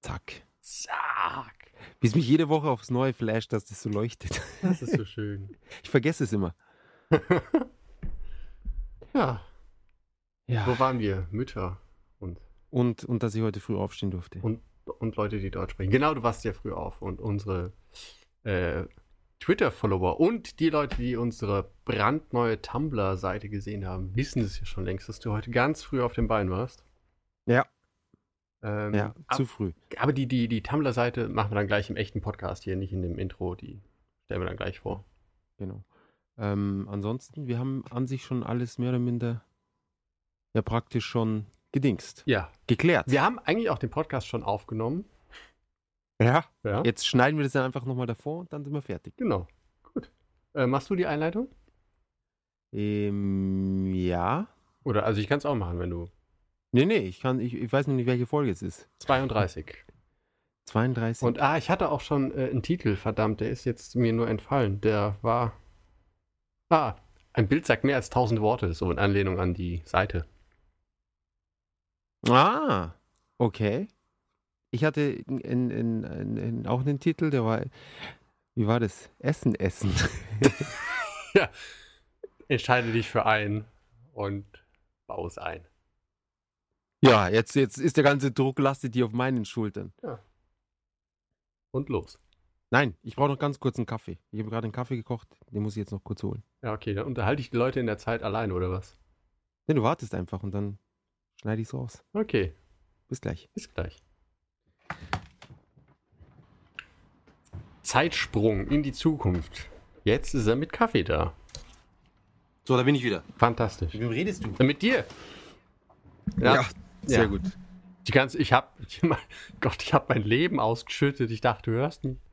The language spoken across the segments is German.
Zack. Zack. Wie es mich jede Woche aufs Neue flasht, dass das so leuchtet. Das ist so schön. Ich vergesse es immer. Ja. Ja. Wo waren wir? Mütter Und dass ich heute früh aufstehen durfte. und Leute, die Deutsch sprechen. Genau, du warst ja früh auf. Und unsere Twitter-Follower und die Leute, die unsere brandneue Tumblr-Seite gesehen haben, wissen es ja schon längst, dass du heute ganz früh auf dem Bein warst. Ja. Zu früh. Aber die Tumblr-Seite machen wir dann gleich im echten Podcast hier, nicht in dem Intro. Die stellen wir dann gleich vor. Genau. Ansonsten, wir haben an sich schon alles mehr oder minder ja praktisch schon gedingst. Ja. Geklärt. Wir haben eigentlich auch den Podcast schon aufgenommen. Ja. Ja. Jetzt schneiden wir das dann einfach nochmal davor und dann sind wir fertig. Genau. Gut. Machst du die Einleitung? Ja. Oder, also ich kann es auch machen, wenn du... Nee, ich weiß noch nicht, welche Folge es ist. 32. 32. Und ich hatte auch schon einen Titel, verdammt, der ist jetzt mir nur entfallen. Der war... ein Bild sagt mehr als 1000 Worte, so in Anlehnung an die Seite. Okay. Ich hatte auch einen Titel, der war... Wie war das? Essen. Ja. Entscheide dich für einen und baue es ein. Ja, jetzt ist der ganze Druck lastet hier auf meinen Schultern. Ja. Und los. Nein, ich brauche noch ganz kurz einen Kaffee. Ich habe gerade einen Kaffee gekocht, den muss ich jetzt noch kurz holen. Ja, okay, dann unterhalte ich die Leute in der Zeit allein, oder was? Nee, du wartest einfach und dann schneide ich es raus. Okay. Bis gleich. Bis gleich. Zeitsprung in die Zukunft. Jetzt ist er mit Kaffee da. So, da bin ich wieder. Fantastisch. Mit wem redest du? Mit dir. Ja, sehr gut. Ich habe mein Leben ausgeschüttet. Ich dachte, du hörst mich.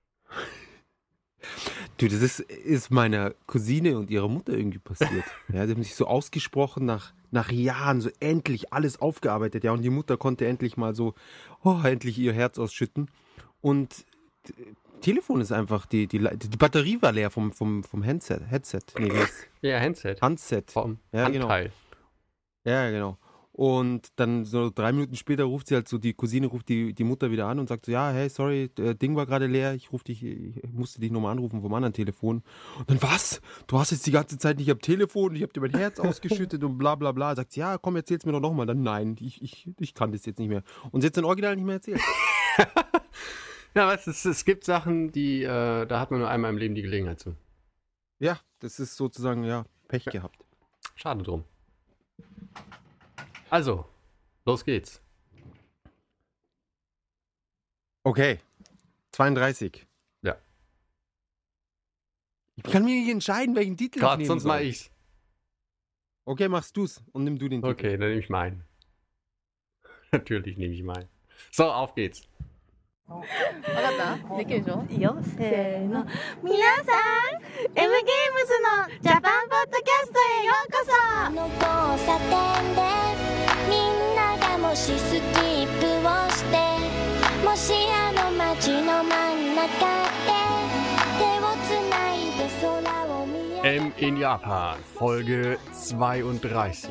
Du, das ist meiner Cousine und ihrer Mutter irgendwie passiert. Ja, die haben sich so ausgesprochen nach Jahren, so endlich alles aufgearbeitet. Ja, und die Mutter konnte endlich mal so, endlich ihr Herz ausschütten. Und Telefon ist einfach, die Batterie war leer vom Headset. Nee, wie heißt? Ja, Handset. Vom Handteil. Ja, genau. Und dann so 3 Minuten später ruft sie halt so, die Cousine ruft die Mutter wieder an und sagt so, ja, hey, sorry, Ding war gerade leer, ich musste dich nochmal anrufen vom anderen Telefon. Und dann, was? Du hast jetzt die ganze Zeit nicht am Telefon, ich habe dir mein Herz ausgeschüttet und bla bla bla. Sagt sie, ja, komm, erzähl's mir doch nochmal. Dann, nein, ich kann das jetzt nicht mehr. Und sie hat es in Original nicht mehr erzählt. Ja, weißt du, es gibt Sachen, die, da hat man nur einmal im Leben die Gelegenheit zu. Ja, das ist sozusagen, ja, Pech gehabt. Schade drum. Also, los geht's. Okay, 32. Ja. Ich kann mich nicht entscheiden, welchen Titel ich nehmen Sonst soll. mach ich's. Okay, machst du's und nimm du den Titel. Okay, dann nehme ich meinen. Natürlich nehme ich meinen. So, auf geht's. わかったできるでしょいいよせーの皆さん M ゲームズのジャパンポッドキャストへようこそあの交差点でみんながもしスキップをしてもしあの街の真ん中で手をつないで空を見上げ M in Japan, Folge 32.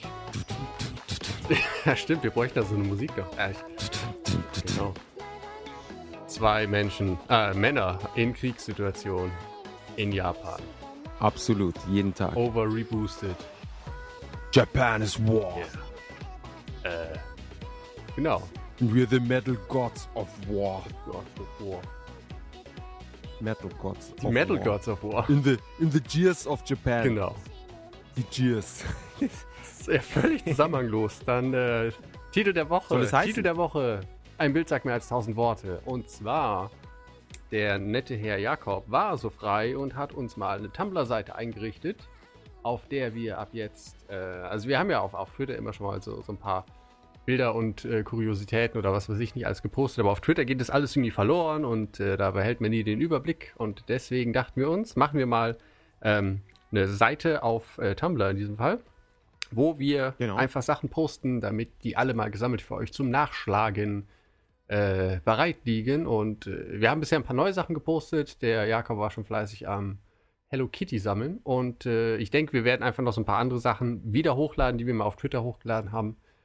Ja, stimmt, wir bräuchten da so eine Musik noch. Genau. 2 Männer in Kriegssituation in Japan. Absolut, jeden Tag. Over reboosted. Japan is war. Yeah. Genau. We're the metal gods of war. God of War. Metal gods. Die of Metal war. Gods of War. In the Gears of Japan. Genau. Die Gears. Das ist ja völlig zusammenhanglos. Dann Titel der Woche. Soll es heißen? Titel der Woche. Ein Bild sagt mehr als 1000 Worte. Und zwar, der nette Herr Jakob war so frei und hat uns mal eine Tumblr-Seite eingerichtet, auf der wir ab jetzt, also wir haben ja auf Twitter immer schon mal so ein paar Bilder und Kuriositäten oder was weiß ich nicht alles gepostet, aber auf Twitter geht das alles irgendwie verloren und da behält man nie den Überblick. Und deswegen dachten wir uns, machen wir mal eine Seite auf Tumblr in diesem Fall, wo wir einfach Sachen posten, damit die alle mal gesammelt für euch zum Nachschlagen bereit liegen. Und wir haben bisher ein paar neue Sachen gepostet. Der Jakob war schon fleißig am Hello Kitty sammeln. Und ich denke, wir werden einfach noch so ein paar andere Sachen wieder hochladen, die wir mal auf Twitter hochgeladen haben.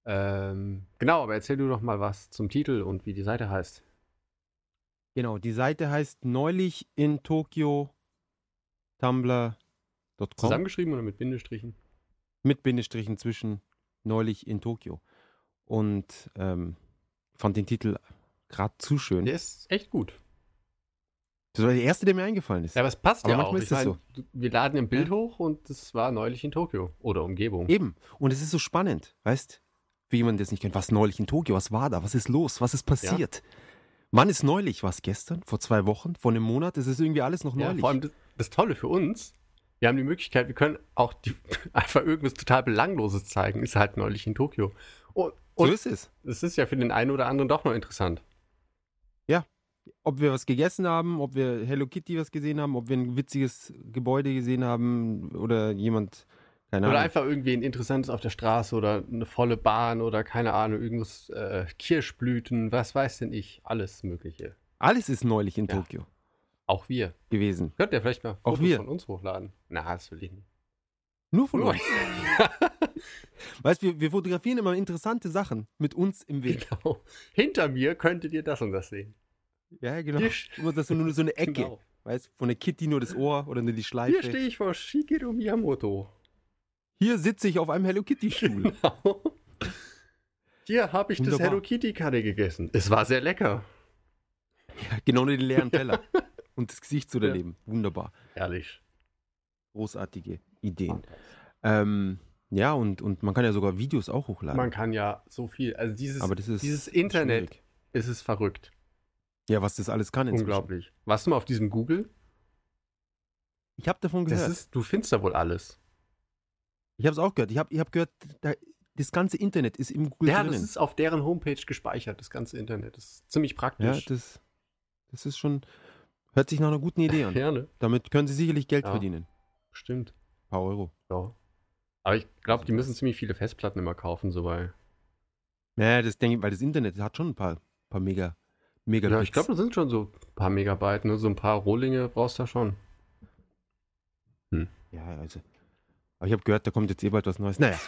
Genau, aber erzähl du doch mal was zum Titel und wie die Seite heißt. Genau, die Seite heißt neulich in Tokio Tumblr.com Zusammengeschrieben oder mit Bindestrichen? mit Bindestrichen zwischen neulich in Tokio. Und fand den Titel gerade zu schön. Der ist echt gut. Das war der erste, der mir eingefallen ist. Ja, aber es passt Aber ja manchmal auch. ist das so. Wir laden ein Bild hoch und es war neulich in Tokio oder Umgebung. Eben. Und es ist so spannend, weißt? Für jemanden, der es nicht kennt. Was neulich in Tokio? Was war da? Was ist los? Was ist passiert? Wann ist neulich? Was gestern? Vor 2 Wochen? Vor einem Monat? Es ist irgendwie alles noch Ja, neulich. vor allem das Tolle für uns, wir haben die Möglichkeit, wir können auch einfach irgendwas total Belangloses zeigen. Ist halt neulich in Tokio. Und so ist es. das ist ja für den einen oder anderen doch noch interessant. Ob wir was gegessen haben, ob wir Hello Kitty was gesehen haben, ob wir ein witziges Gebäude gesehen haben oder jemand, keine Oder Ahnung. einfach irgendwie ein interessantes auf der Straße oder eine volle Bahn oder keine Ahnung, irgendwas Kirschblüten, was weiß denn ich, alles Mögliche. Alles ist neulich in Ja. Tokio Auch wir. gewesen. Könnt ihr vielleicht mal Auch Fotos wir. von uns hochladen? Na, das will ich nicht. Nur von Nur. uns. Weißt du, wir fotografieren immer interessante Sachen mit uns im Weg. Genau. Hinter mir könntet ihr das und das sehen. Ja, genau. Hier, Immer das nur so eine Ecke. genau. Weißt du, von der Kitty nur das Ohr oder nur die Hier Schleife. stehe ich vor Shigeru Miyamoto. Hier sitze ich auf einem Hello Kitty Stuhl. Genau. Hier habe ich das Wunderbar. Hello Kitty Curry gegessen. Es war sehr lecker. Ja, genau nur den leeren Teller. Und das Gesicht zu erleben. Wunderbar. Ehrlich. Großartige Ideen. Ja, und man kann ja sogar Videos auch hochladen. Man kann ja so viel. Also Aber das ist dieses Internet schwierig. ist es verrückt. Ja, was das alles kann inzwischen. Unglaublich. Warst du mal auf diesem Google? Ich habe davon gehört. Du findest da wohl alles. Ich habe es auch gehört. Ich hab gehört, das ganze Internet ist im Google Ja, drinnen. das ist auf deren Homepage gespeichert, das ganze Internet. Das ist ziemlich Ja, praktisch. das ist schon, hört sich nach einer guten Idee an. Ja, ne? Damit können sie sicherlich Geld Ja. verdienen. Stimmt. Ein paar Euro. Ja. Aber ich glaube, die müssen ziemlich viele Festplatten immer kaufen, so weil. Ja, das denke ich, weil das Internet hat schon ein paar Megabits. Ja, ich glaube, das sind schon so ein paar Megabyte, ne? So ein paar Rohlinge brauchst du da schon. Ja, also. Aber ich habe gehört, da kommt jetzt eh bald was Neues. Naja.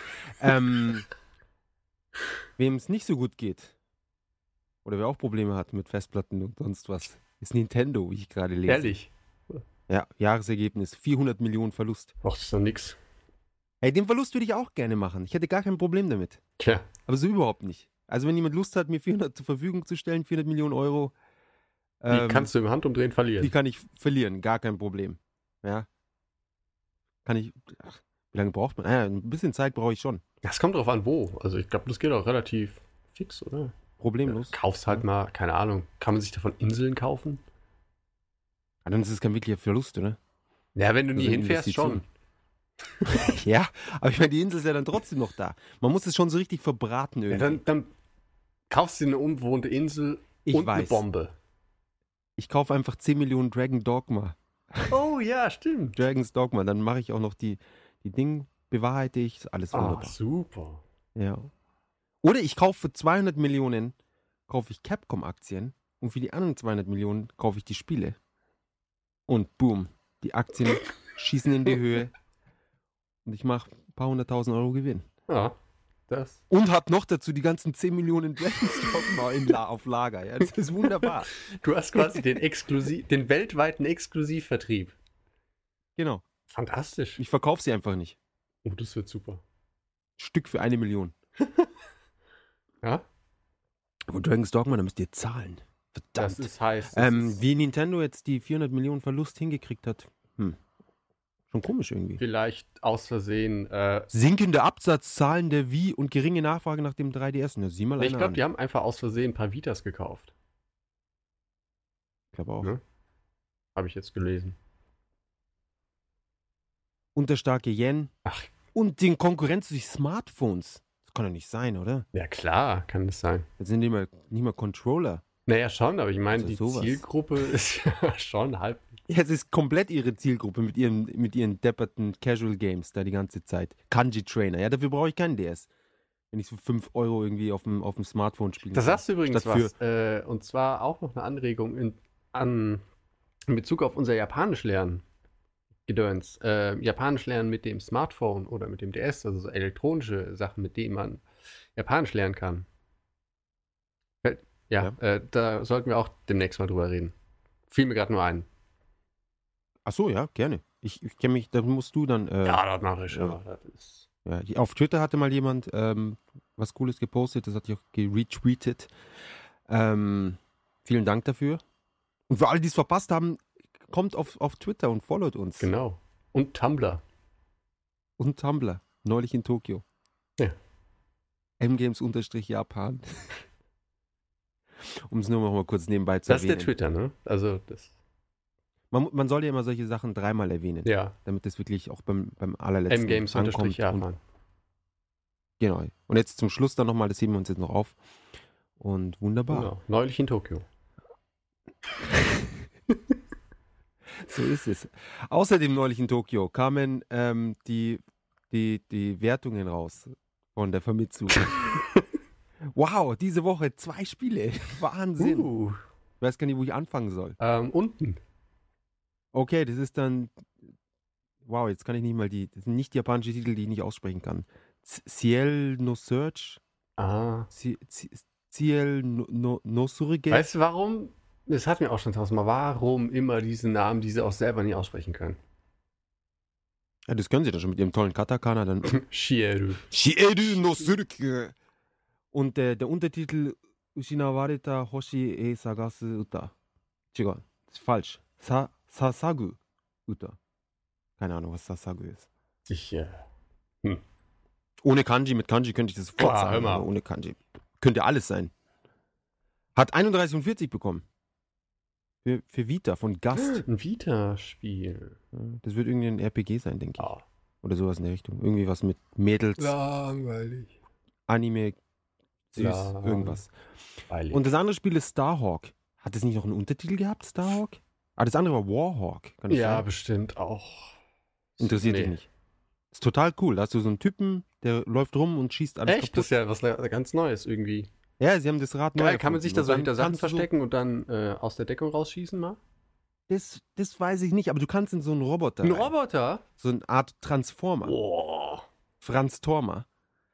Wem es nicht so gut geht, oder wer auch Probleme hat mit Festplatten und sonst was, ist Nintendo, wie ich gerade lese. Ehrlich? Ja, Jahresergebnis, 400 Millionen Verlust. Ach, das ist doch nix. Hey, den Verlust würde ich auch gerne machen. Ich hätte gar kein Problem damit. Tja. Aber so überhaupt nicht. Also wenn jemand Lust hat, mir 400 zur Verfügung zu stellen, 400 Millionen Euro, Die kannst du im Handumdrehen die verlieren. kann ich verlieren, gar kein Problem. Ja. Kann ich, ach, wie lange braucht man? Ein bisschen Zeit brauche ich schon. Das kommt drauf an, wo. Also ich glaube, das geht auch relativ fix, oder? Problemlos. Kaufst halt mal, keine Ahnung, kann man sich davon Inseln kaufen? Ah, dann ist es kein wirklicher Verlust, oder? Ja, wenn du nie Also hinfährst, Investition. schon. Ja, aber ich meine, die Insel ist ja dann trotzdem noch da. Man muss es schon so richtig verbraten Ja, irgendwie. dann kaufst du eine unbewohnte Insel Ich und eine weiß. Bombe. Ich kaufe einfach 10 Millionen Dragon Dogma. Oh ja, stimmt. Dragons Dogma. Dann mache ich auch noch die Dinge, bewahrheite ich, ist alles Ah, wunderbar. super. Ja. Oder ich kaufe für 200 Millionen, kaufe ich Capcom-Aktien und für die anderen 200 Millionen kaufe ich die Spiele. Und boom, die Aktien schießen in die Höhe und ich mache ein paar 100.000 Euro Gewinn. Ja, das. Und habe noch dazu die ganzen 10 Millionen Dragons Dogma auf Lager. Ja, das ist wunderbar. Du hast quasi den weltweiten Exklusivvertrieb. Genau. Fantastisch. Ich verkaufe sie einfach nicht. Oh, das wird super. Stück für 1 Million. Ja? Aber Dragons Dogma, da müsst ihr zahlen. Verdammt. Das ist heiß. Das ist Wie Nintendo jetzt die 400 Millionen Verlust hingekriegt hat. Schon komisch irgendwie. vielleicht aus Versehen. Sinkende Absatzzahlen der Wii und geringe Nachfrage nach dem 3DS. Na, sieh mal Ich einer glaube, an. die haben einfach aus Versehen ein paar Vitas gekauft. Ich glaube auch. Ne? Habe ich jetzt gelesen. Und der starke Yen. Ach. Und den Konkurrenz durch Smartphones. Das kann doch nicht sein, oder? Ja, klar, kann das sein. Jetzt sind nicht mal Controller. Naja, schon, aber ich meine, Also die sowas. Zielgruppe ist ja schon halb. Ja, es ist komplett ihre Zielgruppe mit ihren depperten Casual Games da die ganze Zeit. Kanji Trainer. Ja, dafür brauche ich keinen DS. Wenn ich so 5 Euro irgendwie auf dem Smartphone spielen Da kann. sagst du übrigens Statt was. Und zwar auch noch eine Anregung in Bezug auf unser Japanisch lernen. Gedöns. Japanisch lernen mit dem Smartphone oder mit dem DS, also so elektronische Sachen, mit denen man Japanisch lernen kann. Da sollten wir auch demnächst mal drüber reden. Fiel mir gerade nur ein. Ach so, ja, gerne. Ich kenne mich, da musst du dann. Das mache ich. ja. Das ist Auf Twitter hatte mal jemand was Cooles gepostet, das hatte ich auch geretweetet. Vielen Dank dafür. Und für alle, die es verpasst haben, kommt auf Twitter und followt uns. genau. Und Tumblr. Und Tumblr, neulich in Tokio. Ja. mgames_Japan. Um es nur noch mal kurz nebenbei zu Das ist erwähnen. der Twitter, ne? Also das. Man soll ja immer solche Sachen dreimal erwähnen, Ja. damit das wirklich auch beim allerletzten ankommt. mgames_Japan. Und, genau. Und jetzt zum Schluss dann nochmal, das heben wir uns jetzt noch auf. Und wunderbar. Genau. Neulich in Tokio. So ist es. Außerdem neulich in Tokio kamen die Wertungen raus von der Famitsu. Wow, diese Woche 2 Spiele. Wahnsinn. Ich weiß gar nicht, wo ich anfangen soll. Unten. Okay, das ist dann. Wow, jetzt kann ich nicht mal das sind nicht japanische Titel, die ich nicht aussprechen kann. Ciel no Search. Ciel no Surige. Weißt du warum? Das hatten wir auch schon tausendmal. Warum immer diese Namen, die sie auch selber nicht aussprechen können? Ja, das können sie dann schon mit ihrem tollen Katakana dann. Shieru. Shieru no Surige. Und der Untertitel Ushinawareta Hoshi e Sagasu Uta. Das ist falsch. Sasagu Uta. Keine Ahnung, was Sasagu ist. Ohne Kanji, mit Kanji könnte ich das sofort Klar, sagen, immer. aber ohne Kanji. Könnte alles sein. Hat 31 und 40 bekommen. Für Vita von Gast. Ein Vita-Spiel. Das wird irgendwie ein RPG sein, denke ich. Ah. Oder sowas in der Richtung. Irgendwie was mit Mädels, Langweilig. Anime, süß, irgendwas. Und das andere Spiel ist Starhawk. Hat es nicht noch einen Untertitel gehabt, Starhawk? Das andere war Warhawk. Kann das Ja, sein? bestimmt auch. Interessiert dich nicht. Ist total cool. Da hast du so einen Typen, der läuft rum und schießt alles Echt? kaputt. Das ist ja was ganz Neues irgendwie. Ja, sie haben das Rad neu Geil, kann man erfunden. sich da Und so dann hinter Sachen kannst du verstecken und dann aus der Deckung rausschießen mal? Das weiß ich nicht, aber du kannst in so einen Roboter Ein rein. Roboter? So eine Art Transformer. Boah. Franz Tormer.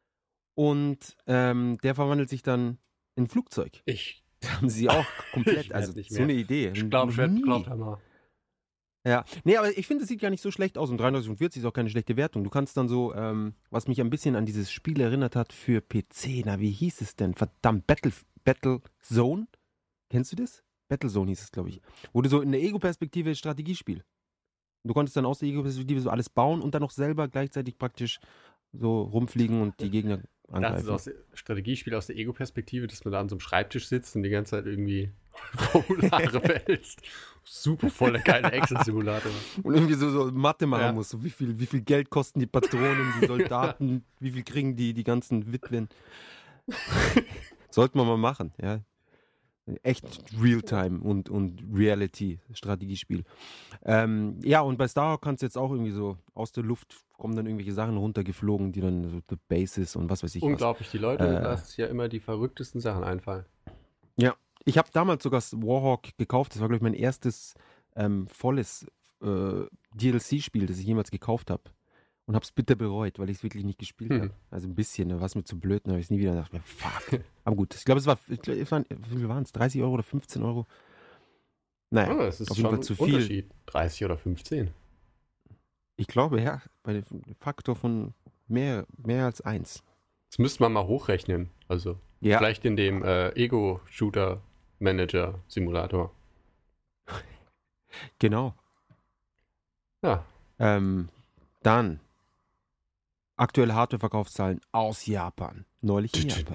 Und der verwandelt sich dann in ein Flugzeug. Das haben sie auch Ich komplett, werd also nicht so mehr. eine Idee. Ich glaube, Nie. Hammer. Ja, nee, aber ich finde, es sieht gar nicht so schlecht aus. Und 33 und 40 ist auch keine schlechte Wertung. Du kannst dann so, was mich ein bisschen an dieses Spiel erinnert hat für PC. Na, wie hieß es denn? Verdammt, Battlezone? Kennst du das? Battlezone hieß es, glaube ich. Wo du so in der Ego-Perspektive Strategiespiel. Du konntest dann aus der Ego-Perspektive so alles bauen und dann noch selber gleichzeitig praktisch so rumfliegen und die Gegner Das angreifen. ist aus der Strategiespiel aus der Ego-Perspektive, dass man da an so einem Schreibtisch sitzt und die ganze Zeit irgendwie Formulare wälzt. Super voller geiler Excel-Simulator. Und irgendwie so Mathe machen Ja. muss. So wie viel Geld kosten die Patronen, die Soldaten, wie viel kriegen die ganzen Witwen. Sollten wir mal machen, ja. Echt Realtime und Reality-Strategiespiel. Ja, und bei Starhawk kannst du jetzt auch irgendwie so aus der Luft kommen dann irgendwelche Sachen runtergeflogen, die dann so The Bases und was weiß ich was. Unglaublich, die Leute lassen sich ja immer die verrücktesten Sachen einfallen. Ja, ich habe damals sogar Warhawk gekauft. Das war, glaube ich, mein erstes volles DLC-Spiel, das ich jemals gekauft habe. Und habe es bitter bereut, weil ich es wirklich nicht gespielt habe. Also ein bisschen, da war es mir zu blöd, dann habe ich es nie wieder gedacht, ja, fuck. Aber gut, ich glaube, wie viel waren es? 30 Euro oder 15 Euro? Naja, Das ist auf jeden schon Fall zu ein viel. Unterschied. 30 oder 15. Ich glaube, ja, bei dem Faktor von mehr als 1. Das müsste man mal hochrechnen. Also Ja, vielleicht in dem Ego-Shooter-Manager-Simulator. genau. Ja. Dann aktuelle Hardware-Verkaufszahlen aus Japan. Neulich in Japan.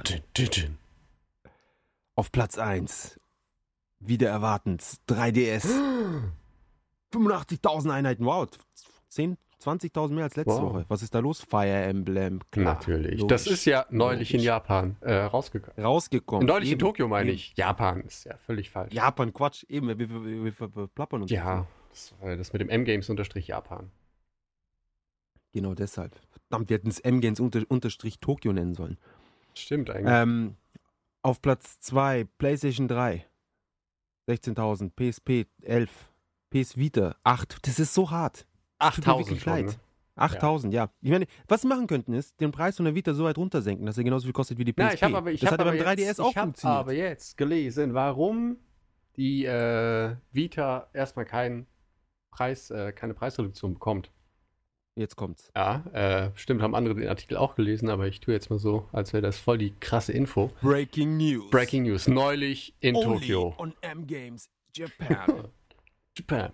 Auf Platz 1. Wieder erwartend. 3DS. 85.000 Einheiten. Wow. 20.000 mehr als letzte Wow. Woche. Was ist da los? Fire Emblem. Klar, Natürlich. logisch. Das ist ja neulich in Logisch. Japan rausgekommen. Rausgekommen. Neulich in Eben. Tokio meine Eben. ich. Japan ist ja völlig falsch. Japan, Quatsch. Eben, wir plappern uns. Ja, das mit dem M-Games-Japan. Genau deshalb. Verdammt, wir hätten es M-Games unterstrich Tokio nennen sollen. Stimmt eigentlich. Auf Platz 2 PlayStation 3 16.000, PSP 11, PS Vita 8. Das ist so hart. Tut mir 8000 wirklich schon, leid. ne? 8.000, ja. Ich meine, was sie machen könnten, ist, den Preis von der Vita so weit runtersenken, dass er genauso viel kostet wie die PSP. Ja, das hat beim 3DS auch ich hab funktioniert. aber jetzt gelesen, warum die Vita erstmal keine Preisreduktion bekommt. Jetzt kommt's. Ja, stimmt, haben andere den Artikel auch gelesen, aber ich tue jetzt mal so, als wäre das voll die krasse Info. Breaking News. Neulich in Tokio. On M-Games Japan. Japan,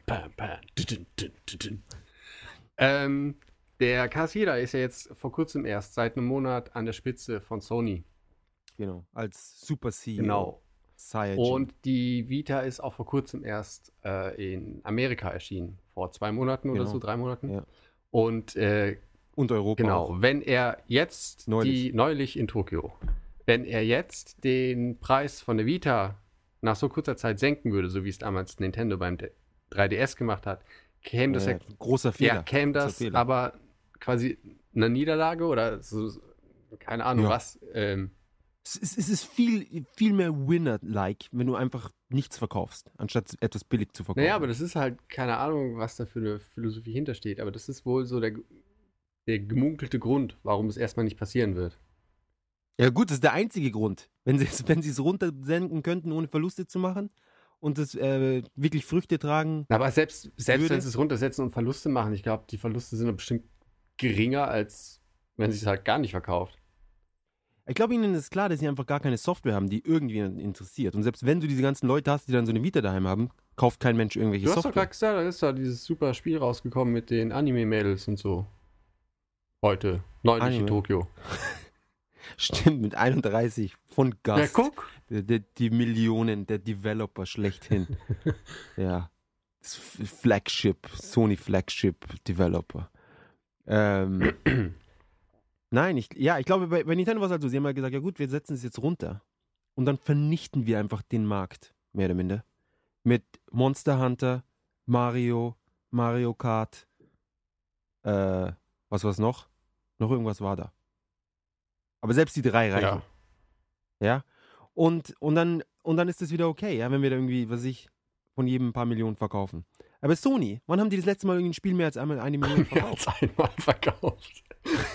der Kazuhira ist ja jetzt vor kurzem erst seit einem Monat an der Spitze von Sony. Genau, als Super CEO. Genau. Saiyajin. Und die Vita ist auch vor kurzem erst in Amerika erschienen. Vor 2 Monaten oder Genau. so, 3 Monaten. Ja. Und Europa genau, auch. wenn er jetzt neulich in Tokio, wenn er jetzt den Preis von der Vita nach so kurzer Zeit senken würde, so wie es damals Nintendo beim 3DS gemacht hat, käme das großer Fehler. Ja, käme das Fehler. aber quasi eine Niederlage oder so, keine Ahnung Ja. was. Es ist viel mehr Winner-like, wenn du einfach nichts verkaufst, anstatt etwas billig zu verkaufen. Naja, aber das ist halt, keine Ahnung, was da für eine Philosophie hintersteht, aber das ist wohl so der gemunkelte Grund, warum es erstmal nicht passieren wird. Ja gut, das ist der einzige Grund. Wenn sie es runtersenden könnten, ohne Verluste zu machen und es wirklich Früchte tragen. Aber selbst würde- wenn sie es runtersetzen und Verluste machen, ich glaube, die Verluste sind doch bestimmt geringer, als wenn sie es halt gar nicht verkauft. Ich glaube, ihnen ist klar, dass sie einfach gar keine Software haben, die irgendwie interessiert. Und selbst wenn du diese ganzen Leute hast, die dann so eine Vita daheim haben, kauft kein Mensch irgendwelche Du hast doch Software. gerade gesagt, da ist da dieses super Spiel rausgekommen mit den Anime-Mädels und so. Neulich in Anime. Tokio. Stimmt, mit 31 von Gast. Ja, guck. Die Millionen der Developer schlechthin. Ja. Das Sony Flagship Developer. Nein, ich glaube, bei Nintendo war es halt so, sie haben halt gesagt, ja gut, wir setzen es jetzt runter. Und dann vernichten wir einfach den Markt, mehr oder minder. Mit Monster Hunter, Mario Kart, was war's noch? Noch irgendwas war da. Aber selbst die 3 reichen. Ja. Und dann ist das wieder okay, ja, wenn wir da irgendwie, von jedem ein paar Millionen verkaufen. Aber Sony, wann haben die das letzte Mal irgendwie ein Spiel mehr als einmal 1 Million Mehr als verkauft? einmal verkauft.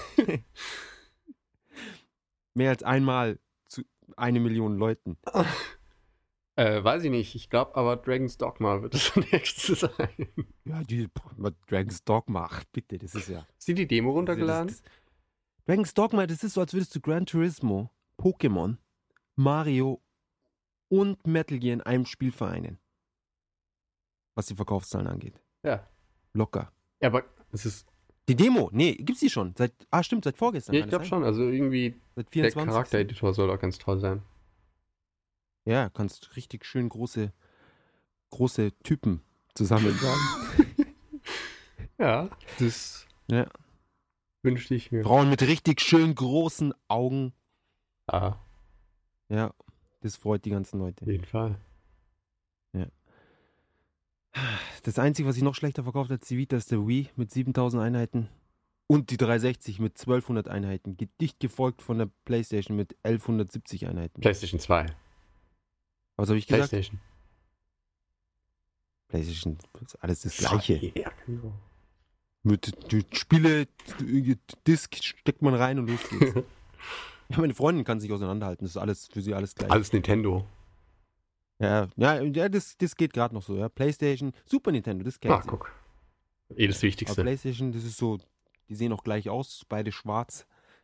Mehr als einmal zu 1 Million Leuten. Weiß ich nicht. Ich glaube aber Dragon's Dogma wird das nächste sein. Ja, was Dragon's Dogma, ach, bitte, das ist ja. Hast du die Demo runtergeladen? Dragon's Dogma, das ist so, als würdest du Gran Turismo, Pokémon, Mario und Metal Gear in einem Spiel vereinen. Was die Verkaufszahlen angeht. Ja. Locker. Ja, aber es ist. Die Demo, nee, gibt's die schon? Seit vorgestern. Ja, ich kann das glaube sein? schon. Also irgendwie Seit der 24. Charaktereditor soll auch ganz toll sein. Ja, kannst richtig schön große Typen zusammenbauen. Ja, das Ja. wünschte ich mir. Frauen mit richtig schön großen Augen. Ah, Ja, das freut die ganzen auf Leute. jeden Fall. Das Einzige, was sich noch schlechter verkauft als die Vita, ist der Wii mit 7000 Einheiten und die 360 mit 1200 Einheiten. Dicht gefolgt von der PlayStation mit 1170 Einheiten. PlayStation 2. Was habe ich gesagt? PlayStation. PlayStation ist alles das Gleiche. Ja, genau. Mit die Spiele, Disk steckt man rein und los geht's. Ja, meine Freundin kann sich auseinanderhalten. Das ist alles für sie alles gleich. Alles Nintendo. Ja, das geht gerade noch so. Ja. PlayStation, Super Nintendo, das kennt sie. Guck. Das Aber Wichtigste. PlayStation, das ist so, die sehen auch gleich aus, beide schwarz.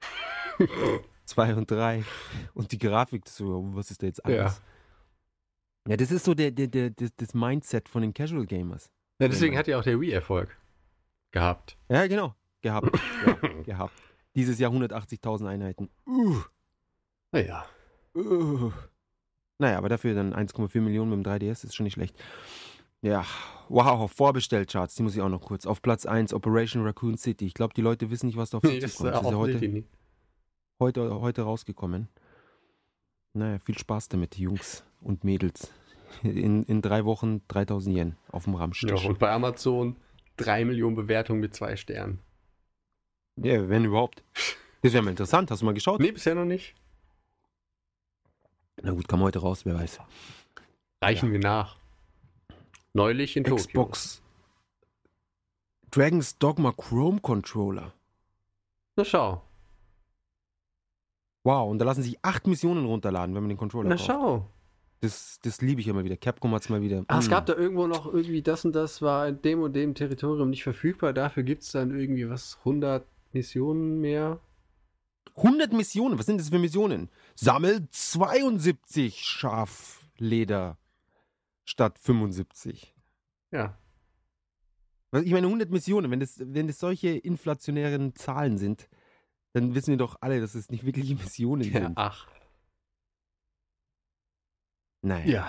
2 und 3. Und die Grafik, das ist so, was ist da jetzt anders? Ja, das ist so das Mindset von den Casual Gamers. Ja, deswegen hat ja auch der Wii Erfolg gehabt. Ja, genau. Gehabt. Gehabt. Dieses Jahr 180.000 Einheiten. Naja. Naja, aber dafür dann 1,4 Millionen mit dem 3DS ist schon nicht schlecht. Ja, wow, Vorbestellcharts, die muss ich auch noch kurz. Auf Platz 1 Operation Raccoon City. Ich glaube, die Leute wissen nicht, was da auf sie Das ist zukommt. Das ist ja offensichtlich heute, nicht. heute rausgekommen. Naja, viel Spaß damit, Jungs und Mädels. In 3 Wochen 3.000 Yen auf dem Ja, Ramstisch. und bei Amazon 3 Millionen Bewertungen mit 2 Sternen. Ja, wenn überhaupt. Das wäre mal interessant. Hast du mal geschaut? Nee, bisher noch nicht. Na gut, kam heute raus, wer weiß. Reichen wir nach. Neulich in Tokio. Xbox. Dragon's Dogma Chrome Controller. Na schau. Wow, und da lassen sich 8 Missionen runterladen, wenn man den Controller Na kauft. schau. Das liebe ich immer wieder. Capcom hat es mal wieder. Es gab da irgendwo noch irgendwie das und das war in dem und dem Territorium nicht verfügbar. Dafür gibt es dann irgendwie 100 Missionen mehr. 100 Missionen, was sind das für Missionen? Sammel 72 Schafleder statt 75. Ja. Ich meine, 100 Missionen, wenn das solche inflationären Zahlen sind, dann wissen wir doch alle, dass es nicht wirkliche Missionen Ja, sind. ach. Nein. Ja.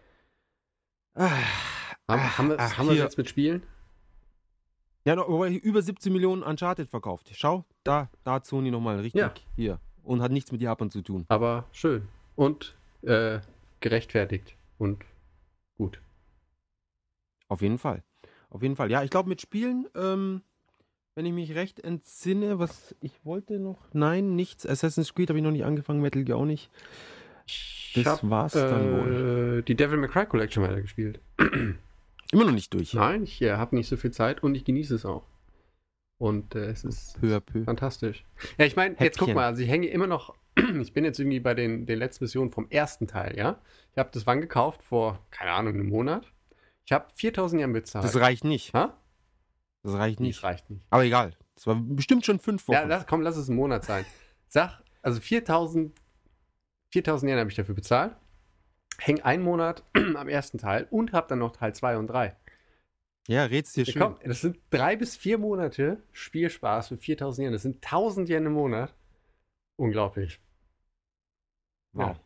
Haben wir es hier. jetzt mit Spielen? Ja, aber über 17 Millionen Uncharted verkauft. Schau, da hat Sony nochmal richtig Ja. hier. Und hat nichts mit Japan zu tun. Aber schön. Und gerechtfertigt. Und gut. Auf jeden Fall. Auf jeden Fall. Ja, ich glaube mit Spielen, wenn ich mich recht entsinne, was ich wollte noch. Nein, nichts. Assassin's Creed habe ich noch nicht angefangen, Metal Gear auch nicht. Das war's dann wohl. Die Devil May Cry Collection weitergespielt. Immer noch nicht durch. Nein, ich habe nicht so viel Zeit und ich genieße es auch. Und es ist Peu à peu. fantastisch. Ja, ich meine, jetzt guck Häppchen. mal, also ich hänge immer noch, ich bin jetzt irgendwie bei den letzten Missionen vom ersten Teil, ja. Ich habe das wann gekauft? Vor, keine Ahnung, einem Monat. Ich habe 4.000 Yen bezahlt. Das reicht nicht. Ha? Das reicht Nee, nicht. das reicht nicht. Aber egal. Das war bestimmt schon 5 Wochen. Ja, lass es ein Monat sein. Also 4.000 Yen habe ich dafür bezahlt. Häng einen Monat am ersten Teil und habe dann noch Teil 2 und 3. Ja, red's dir Ja, schön. komm, das sind 3 bis 4 Monate Spielspaß für 4.000 Yen. Das sind 1.000 Yen im Monat. Unglaublich. Wow.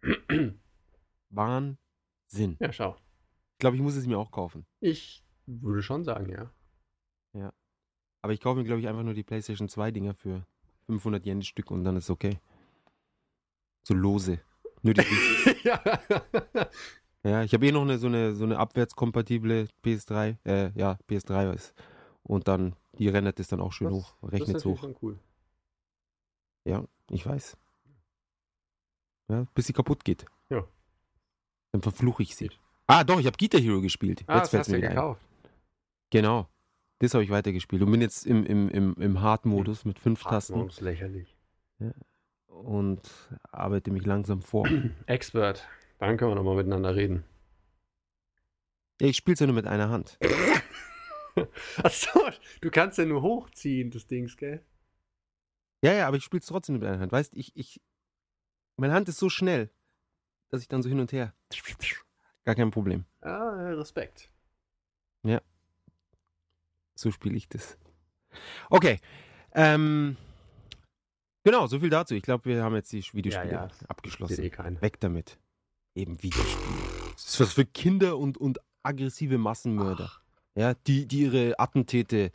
Wahnsinn. Ja, schau. Ich glaube, ich muss es mir auch kaufen. Ich würde schon sagen, ja. Aber ich kaufe mir, glaube ich, einfach nur die PlayStation 2 Dinger für 500 Yen das Stück und dann ist okay. So lose. Nur die ja. Ja, ich habe eh noch so eine abwärtskompatible PS3. PS3 ist. Und dann, die rendert es dann auch schön hoch. Rechnet es hoch. Schon cool. Ja, ich weiß. Ja, bis sie kaputt geht. Ja. Dann verfluche ich sie. Ah, doch, ich habe Guitar Hero gespielt. Das Jetzt fällt hast es du mir wieder ein. gekauft. Genau. Das habe ich weitergespielt und bin jetzt im Hard-Modus mit 5 Tasten Das ist lächerlich. und arbeite mich langsam vor. Expert. Dann können wir nochmal miteinander reden. Ja, ich spiele es ja nur mit einer Hand. Achso, du kannst ja nur hochziehen, das Dings, gell? Ja, aber ich spiele es trotzdem mit einer Hand. Weißt du, meine Hand ist so schnell, dass ich dann so hin und her. Gar kein Problem. Ah, Respekt. So spiele ich das. Okay. Genau, so viel dazu. Ich glaube, wir haben jetzt die Videospiele Ja, abgeschlossen. Sieht eh keiner. Weg damit. Eben Videospiele. Das ist was für Kinder und aggressive Massenmörder. Ja, die ihre Attentate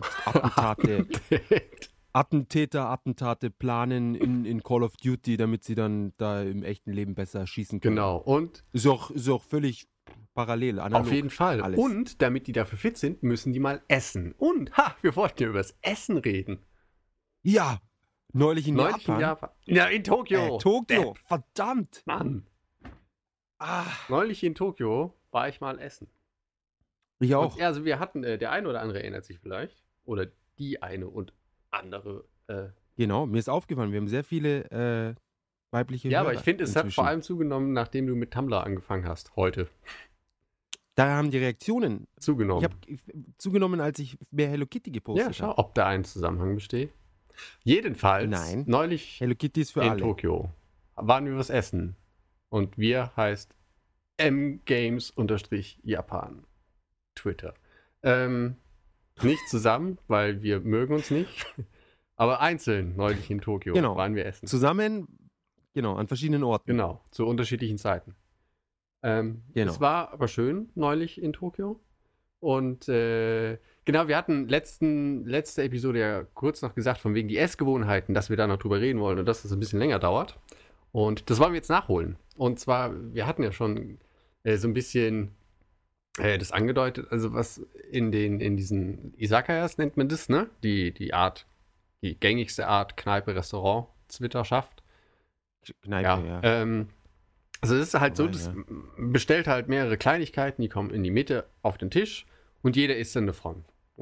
planen in Call of Duty, damit sie dann da im echten Leben besser schießen können. Genau. Und Ist auch völlig parallel, analog. auf jeden Fall. alles. Und damit die dafür fit sind, müssen die mal essen. Und, wir wollten ja über das Essen reden. Ja, neulich in Japan. Ja, in Tokio. Tokio, verdammt. Mann. Ah, Neulich in Tokio war ich mal essen. ich auch. Und, also wir hatten, der eine oder andere erinnert sich vielleicht. Oder die eine und andere. Genau, mir ist aufgefallen, wir haben sehr viele weibliche Ja, Hörer aber ich finde, es hat inzwischen. vor allem zugenommen, nachdem du mit Tumblr angefangen hast. Heute. Da haben die Reaktionen. Zugenommen. Ich habe zugenommen, als ich mehr Hello Kitty gepostet Ja, schau, habe. ob da ein Zusammenhang besteht. Jedenfalls, Nein. neulich Hello Kitty ist für in alle. Tokio waren wir was essen. Und wir heißt mgames_Japan. Twitter. Nicht zusammen, weil wir mögen uns nicht. Aber einzeln, neulich in Tokio, Genau. waren wir essen. Zusammen, genau, an verschiedenen Orten. Genau, zu unterschiedlichen Zeiten. Genau. Es war aber schön, neulich in Tokio. Und genau, wir hatten letzte Episode ja kurz noch gesagt, von wegen die Essgewohnheiten, dass wir da noch drüber reden wollen und dass das ein bisschen länger dauert. Und das wollen wir jetzt nachholen. Und zwar, wir hatten ja schon so ein bisschen das angedeutet, also was in diesen Izakayas nennt man das, ne? Die gängigste Art Kneipe, Restaurant, Zwitterschaft. Kneipe, ja. Also es ist halt so, Wobei, das bestellt halt mehrere Kleinigkeiten, die kommen in die Mitte auf den Tisch und jeder isst dann davon. Und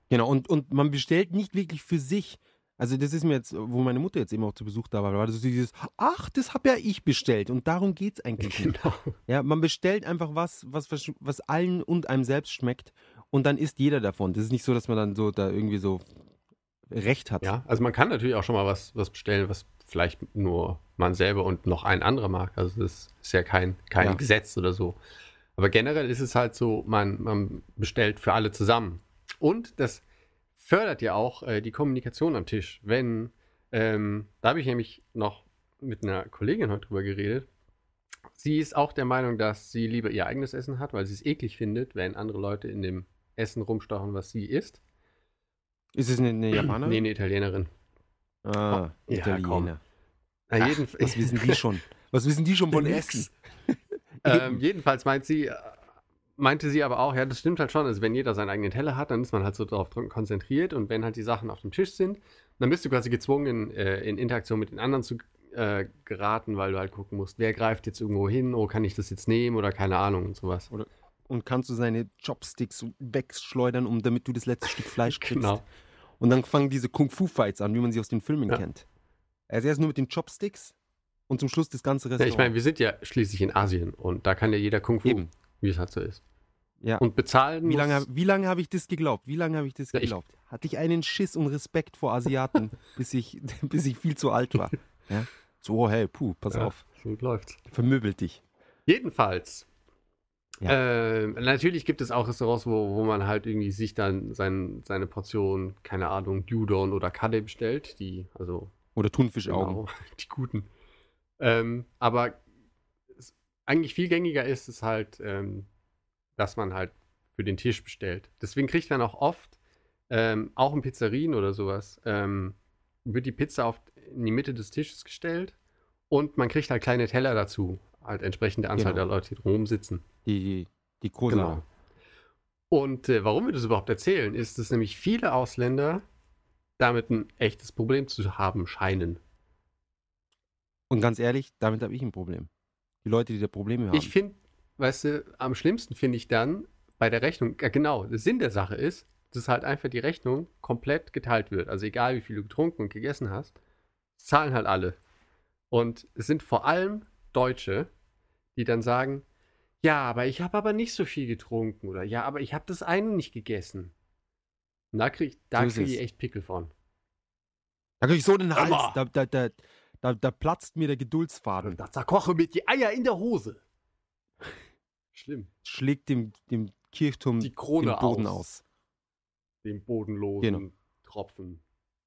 Genau, und man bestellt nicht wirklich für sich. Also das ist mir jetzt, wo meine Mutter jetzt eben auch zu Besuch da war das so dieses, ach, das habe ja ich bestellt und darum geht es eigentlich nicht. Genau. Ja, man bestellt einfach was allen und einem selbst schmeckt und dann isst jeder davon. Das ist nicht so, dass man dann so da irgendwie so Recht hat. Ja, also man kann natürlich auch schon mal was bestellen, was vielleicht nur man selber und noch ein anderer mag. Also das ist ja kein Ja. Gesetz oder so. Aber generell ist es halt so, man bestellt für alle zusammen. Und das fördert ja auch die Kommunikation am Tisch. Wenn, da habe ich nämlich noch mit einer Kollegin heute drüber geredet. Sie ist auch der Meinung, dass sie lieber ihr eigenes Essen hat, weil sie es eklig findet, wenn andere Leute in dem Essen rumstochen, was sie isst. Ist es eine Japanerin? Nee, eine Italienerin. Ah, Ja, Italiener. komm. Na, Ach, jedenf- was wissen die schon? Was wissen die schon von Essen? Jedenfalls meinte sie aber auch, ja, das stimmt halt schon. Also wenn jeder seinen eigenen Teller hat, dann ist man halt so darauf konzentriert und wenn halt die Sachen auf dem Tisch sind, dann bist du quasi gezwungen, in Interaktion mit den anderen zu geraten, weil du halt gucken musst, wer greift jetzt irgendwo hin, oh, kann ich das jetzt nehmen oder keine Ahnung und sowas. Und kannst du seine Chopsticks wegschleudern, damit du das letzte Stück Fleisch kriegst. Genau. Und dann fangen diese Kung-Fu-Fights an, wie man sie aus den Filmen Ja. kennt. Also erst nur mit den Chopsticks und zum Schluss das ganze Ja, Restaurant. ich meine, wir sind ja schließlich in Asien und da kann ja jeder Kung Fu, Eben. wie es halt so ist. Ja. Und bezahlen Wie lange habe ich das geglaubt? Ja, Hatte ich einen Schiss und Respekt vor Asiaten, bis ich viel zu alt war. Ja? So, hey, pass ja, auf, so läuft's. vermöbelt dich. Jedenfalls. Natürlich gibt es auch Restaurants, wo man halt irgendwie sich dann seine Portion, keine Ahnung, Gyudon oder Kade bestellt, Oder Thunfischaugen. genau, die guten. Aber eigentlich viel gängiger ist es halt, dass man halt für den Tisch bestellt. Deswegen kriegt man auch oft, auch in Pizzerien oder sowas, wird die Pizza in die Mitte des Tisches gestellt und man kriegt halt kleine Teller dazu, halt entsprechend der Anzahl Genau. der Leute, die drumherum sitzen. Die Cosa. Genau. Und warum wir das überhaupt erzählen, ist, dass nämlich viele Ausländer damit ein echtes Problem zu haben scheinen. Und ganz ehrlich, damit habe ich ein Problem. Die Leute, die da Probleme haben. Ich finde, weißt du, am schlimmsten finde ich dann bei der Rechnung, genau, der Sinn der Sache ist, dass halt einfach die Rechnung komplett geteilt wird. Also egal, wie viel du getrunken und gegessen hast, zahlen halt alle. Und es sind vor allem Deutsche, die dann sagen, ja, aber ich habe aber nicht so viel getrunken oder ja, aber ich habe das eine nicht gegessen. Und da krieg ist ich es. echt Pickel von. Da krieg ich so den Hals, Hammer. da platzt mir der Geduldsfaden. Das zerkoche mit die Eier in der Hose. Schlimm. Schlägt dem Kirchturm Die Krone den Boden aus. aus. Den bodenlosen Genau. Tropfen.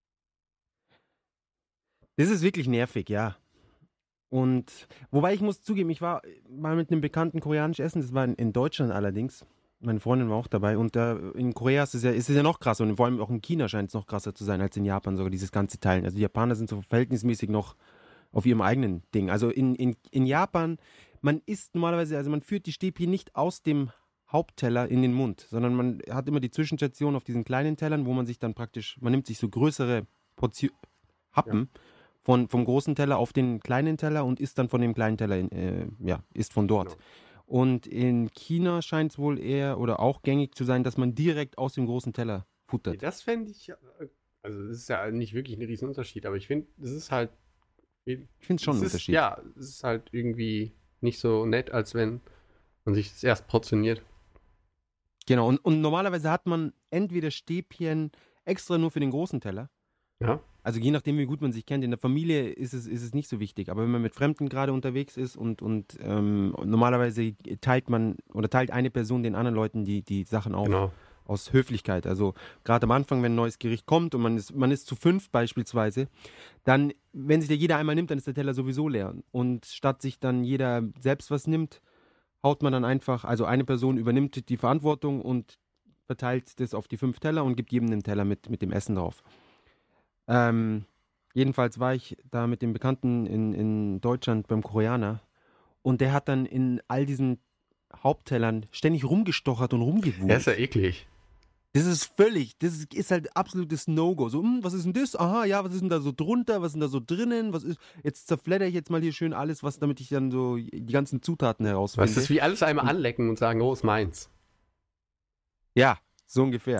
Das ist wirklich nervig, ja. Und wobei ich muss zugeben, ich war mal mit einem Bekannten koreanisch essen, das war in Deutschland allerdings. Meine Freundin war auch dabei und in Korea ist es ja noch krasser und vor allem auch in China scheint es noch krasser zu sein als in Japan, sogar dieses ganze Teilen. Also die Japaner sind so verhältnismäßig noch auf ihrem eigenen Ding. Also in Japan, man isst normalerweise, also man führt die Stäbchen nicht aus dem Hauptteller in den Mund, sondern man hat immer die Zwischenstation auf diesen kleinen Tellern, wo man sich dann praktisch, man nimmt sich so größere Happen vom großen Teller auf den kleinen Teller und isst dann von dem kleinen Teller, isst von dort. Genau. Und in China scheint es wohl eher oder auch gängig zu sein, dass man direkt aus dem großen Teller futtert. Das fände ich, also das ist ja nicht wirklich ein Riesenunterschied, aber ich finde, das ist halt. Ich finde es schon ein Unterschied. Ja, es ist halt irgendwie nicht so nett, als wenn man sich das erst portioniert. Genau, und normalerweise hat man entweder Stäbchen extra nur für den großen Teller. Ja. Also je nachdem, wie gut man sich kennt. In der Familie ist es nicht so wichtig. Aber wenn man mit Fremden gerade unterwegs ist und normalerweise teilt eine Person den anderen Leuten die Sachen auf. Genau. Aus Höflichkeit. Also gerade am Anfang, wenn ein neues Gericht kommt und man ist zu 5 beispielsweise, dann, wenn sich da jeder einmal nimmt, dann ist der Teller sowieso leer. Und statt sich dann jeder selbst was nimmt, haut man dann einfach, also eine Person übernimmt die Verantwortung und verteilt das auf die 5 Teller und gibt jedem einen Teller mit dem Essen drauf. Jedenfalls war ich da mit dem Bekannten in Deutschland beim Koreaner und der hat dann in all diesen Haupttellern ständig rumgestochert und rumgewuselt. Der ist ja eklig. Das ist ist halt absolutes No-Go. So, was ist denn das? Aha, ja, was ist denn da so drunter? Was ist denn da so drinnen? Jetzt zerfledder ich jetzt mal hier schön alles, damit ich dann so die ganzen Zutaten herausfinde. Das ist wie alles einmal anlecken und sagen, oh, ist meins. Ja, so ungefähr.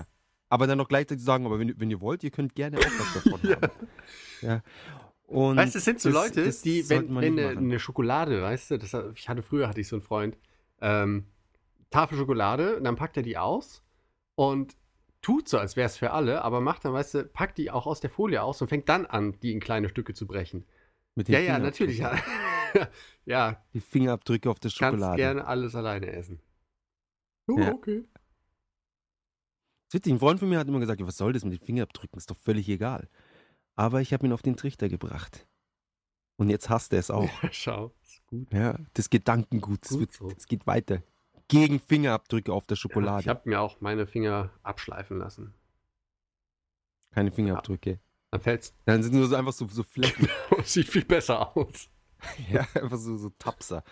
Aber dann noch gleichzeitig sagen, aber wenn ihr wollt, ihr könnt gerne auch was davon haben. Ja. Und weißt du, es sind so Leute, die, sollte man wenn nicht machen. eine Schokolade, weißt du, früher hatte ich so einen Freund, Tafel Schokolade, und dann packt er die aus und tut so, als wäre es für alle, aber macht dann, weißt du, packt die auch aus der Folie aus und fängt dann an, die in kleine Stücke zu brechen. Mit den Ja, natürlich, ja. Ja, Die Fingerabdrücke auf der kannst Schokolade. gerne alles alleine essen. Ja. Okay. Das ist witzig, ein Freund von mir hat immer gesagt, ja, was soll das mit den Fingerabdrücken, ist doch völlig egal. Aber ich habe ihn auf den Trichter gebracht. Und jetzt hasst er es auch. Schau, ist gut. Ja, das Gedankengut, Gut so. es geht weiter. Gegen Fingerabdrücke auf der Ja, Schokolade. ich habe mir auch meine Finger abschleifen lassen. Keine Fingerabdrücke. Dann fällt's. Dann sind nur so einfach so Flecken. Sieht viel besser aus. Ja, einfach so Tapser.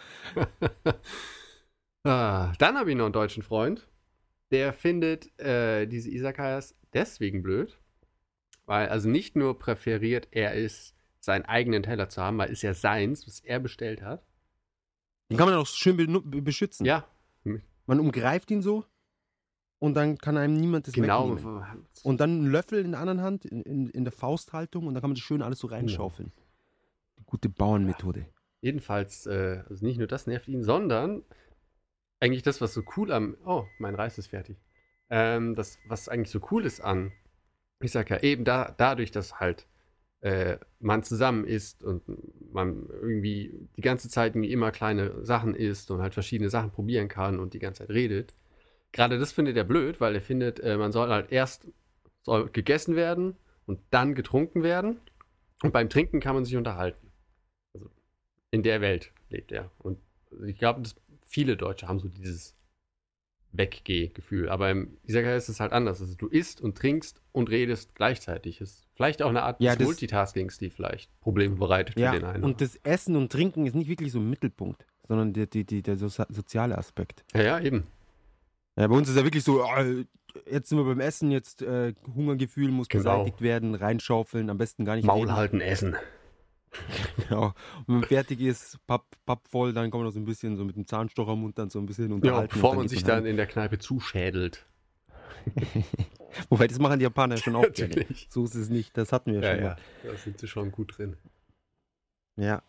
Dann habe ich noch einen deutschen Freund. Der findet diese Izakayas deswegen blöd, weil also nicht nur präferiert er es, seinen eigenen Teller zu haben, weil ist ja seins, was er bestellt hat. Den kann man auch schön beschützen. Ja, Man umgreift ihn so und dann kann einem niemand das genau. wegnehmen. Und dann einen Löffel in der anderen Hand, in der Fausthaltung und dann kann man das schön alles so reinschaufeln. Die gute Bauernmethode. Jedenfalls, also nicht nur das nervt ihn, sondern eigentlich das, was so cool am... Oh, mein Reis ist fertig. Das, was eigentlich so cool ist an Izakaya, eben dadurch, dass halt man zusammen isst und man irgendwie die ganze Zeit irgendwie immer kleine Sachen isst und halt verschiedene Sachen probieren kann und die ganze Zeit redet. Gerade das findet er blöd, weil er findet, man soll halt soll gegessen werden und dann getrunken werden. Und beim Trinken kann man sich unterhalten. Also in der Welt lebt er. Und ich glaube, viele Deutsche haben so dieses Weggeh-Gefühl. Aber im Izakaya ist es halt anders. Also du isst und trinkst und redest gleichzeitig. Ist vielleicht auch eine Art des Multitaskings, die vielleicht Probleme bereitet für den einen. Und das Essen und Trinken ist nicht wirklich so im Mittelpunkt, sondern der soziale Aspekt. Ja, eben. Ja, bei uns ist ja wirklich so, jetzt sind wir beim Essen, jetzt Hungergefühl muss beseitigt werden, reinschaufeln, am besten gar nicht Maul reden. halten, essen. Genau. Und wenn man fertig ist, Papp voll, dann kann man noch so ein bisschen so mit dem Zahnstocher im Mund dann so ein bisschen Ja, unterhalten. bevor und man geht sich heim. dann in der Kneipe zuschädelt. Wobei, das machen die Japaner schon auch gerne. Natürlich. So ist es nicht, das hatten wir schon mal. Da sind sie schon gut drin. Ja.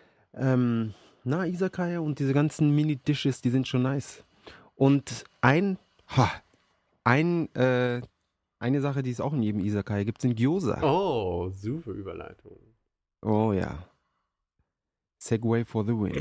Izakaya und diese ganzen Mini-Dishes, die sind schon nice. Und eine Sache, die es auch in jedem Izakaya gibt, sind Gyoza. Oh, super Überleitung. Oh ja. Segway for the win.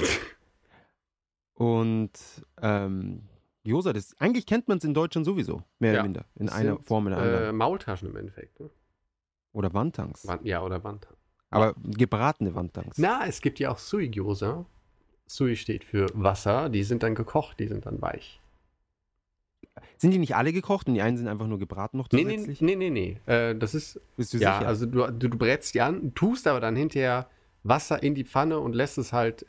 Und Gyoza, eigentlich kennt man es in Deutschland sowieso, mehr oder minder. In einer Form oder anderen. Maultaschen im Endeffekt. Ne? Oder Wantangs. Oder Wandtang. Aber gebratene Wantangs. Na, es gibt ja auch Sui-Gyoza. Sui steht für Wasser. Die sind dann gekocht, die sind dann weich. Sind die nicht alle gekocht und die einen sind einfach nur gebraten noch zusätzlich? Nee. Das ist... Bist du ja, sicher? also du brätst die an, tust aber dann hinterher Wasser in die Pfanne und lässt es halt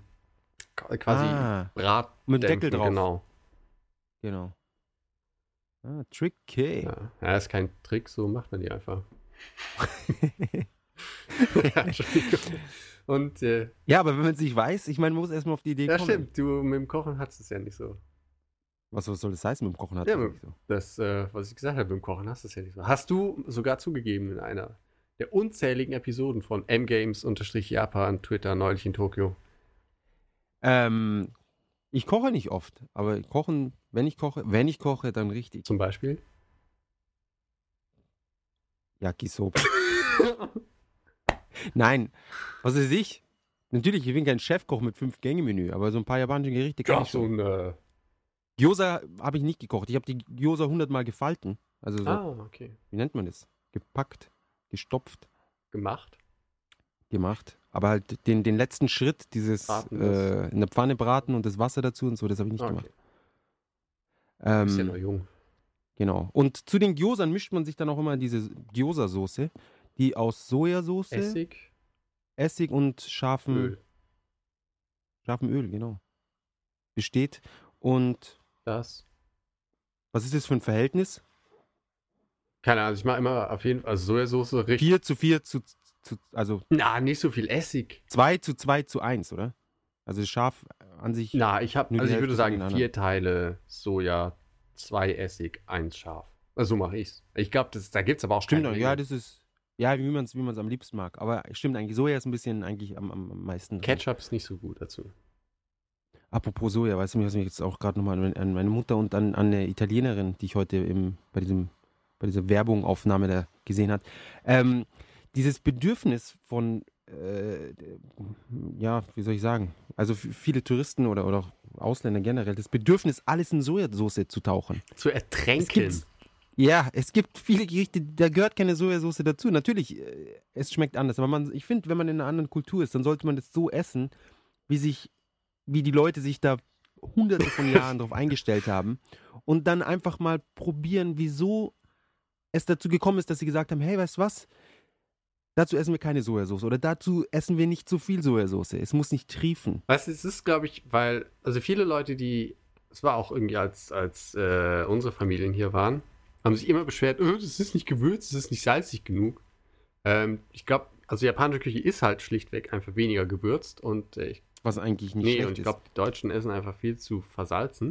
quasi braten. Mit dem Deckel drauf. Genau. Tricky. Ja, ist kein Trick, so macht man die einfach. Ja, Entschuldigung. Und, ja, aber wenn man es nicht weiß, ich meine, man muss erstmal auf die Idee kommen. Ja, stimmt, du mit dem Kochen hast es ja nicht so. Was soll das heißen, mit dem Kochen hat Ja, es nicht so? Das, was ich gesagt habe, mit dem Kochen hast du es ja nicht so. Hast du sogar zugegeben in einer der unzähligen Episoden von mgames_Japan, Twitter, neulich in Tokio. Ich koche nicht oft, aber wenn ich koche, dann richtig. Zum Beispiel? Yakisoba. Nein, was weiß ich? Natürlich, ich bin kein Chefkoch mit 5-Gänge-Menü, aber so ein paar japanische Gerichte kann ich schon. Gyoza habe ich nicht gekocht. Ich habe die Gyoza 100-mal gefalten. Also so, okay. Wie nennt man das? Gepackt, gestopft. Gemacht. Aber halt den letzten Schritt, dieses in der Pfanne braten und das Wasser dazu und so, das habe ich nicht gemacht. Du bist ja noch jung. Genau. Und zu den Gyozan mischt man sich dann auch immer diese Gyoza-Soße, die aus Sojasauce, Essig und scharfem Öl, genau, besteht. Und was ist das für ein Verhältnis? Keine Ahnung, ich mache immer auf jeden Fall, also Sojasauce richtig. 4:4 also. Na, nicht so viel Essig. 2:2:1, oder? Also scharf an sich. Na, ich würde sagen 4 Teile Soja, 2 Essig, 1 scharf. Also so mache ich's. Ich glaube, da gibt es aber auch Stimmt, keine ja, Regel. das ist, ja, wie man's am liebsten mag. Aber stimmt eigentlich, Soja ist ein bisschen eigentlich am meisten drin. Ketchup ist nicht so gut dazu. Apropos Soja, weißt du, was mich jetzt auch gerade nochmal an meine Mutter und an eine Italienerin, die ich heute bei dieser Werbungaufnahme da gesehen hat. Dieses Bedürfnis von, ja, wie soll ich sagen, also viele Touristen oder auch Ausländer generell, das Bedürfnis, alles in Sojasauce zu tauchen. Zu ertränken. Es gibt viele Gerichte, da gehört keine Sojasauce dazu. Natürlich, es schmeckt anders, aber ich finde, wenn man in einer anderen Kultur ist, dann sollte man das so essen, wie die Leute sich da hunderte von Jahren drauf eingestellt haben und dann einfach mal probieren, wieso es dazu gekommen ist, dass sie gesagt haben, hey, weißt du was, dazu essen wir keine Sojasauce oder dazu essen wir nicht so viel Sojasauce. Es muss nicht triefen. Weißt du, es ist, glaube ich, weil, also viele Leute, es war auch irgendwie, als unsere Familien hier waren, haben sich immer beschwert, das ist nicht gewürzt, das ist nicht salzig genug. Ich glaube, also japanische Küche ist halt schlichtweg einfach weniger gewürzt und was eigentlich nicht schlecht ist. Und ich glaube, die Deutschen essen einfach viel zu versalzen.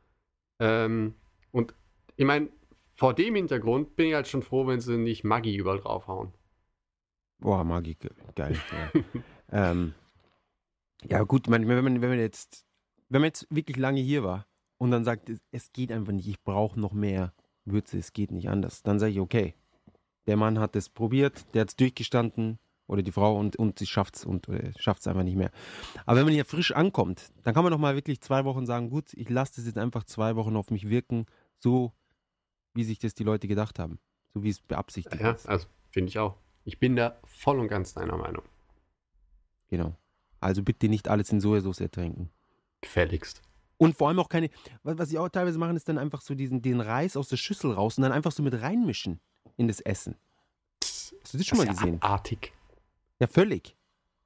Und ich meine, vor dem Hintergrund bin ich halt schon froh, wenn sie nicht Maggi überall draufhauen. Boah, Maggi, geil. Ja, ja gut, wenn man jetzt wirklich lange hier war und dann sagt, es geht einfach nicht, ich brauche noch mehr Würze, es geht nicht anders, dann sage ich, okay, der Mann hat es probiert, der hat es durchgestanden, oder die Frau und sie schafft es einfach nicht mehr. Aber wenn man hier frisch ankommt, dann kann man doch mal wirklich 2 Wochen sagen, gut, ich lasse das jetzt einfach 2 Wochen auf mich wirken, so wie sich das die Leute gedacht haben, so wie es beabsichtigt ist. Ja, also finde ich auch. Ich bin da voll und ganz deiner Meinung. Genau. Also bitte nicht alles in Sojasauce ertränken. Gefälligst. Und vor allem auch keine, was sie auch teilweise machen, ist dann einfach so den Reis aus der Schüssel raus und dann einfach so mit reinmischen in das Essen. Hast du das schon mal gesehen? Abartig. Ja, völlig.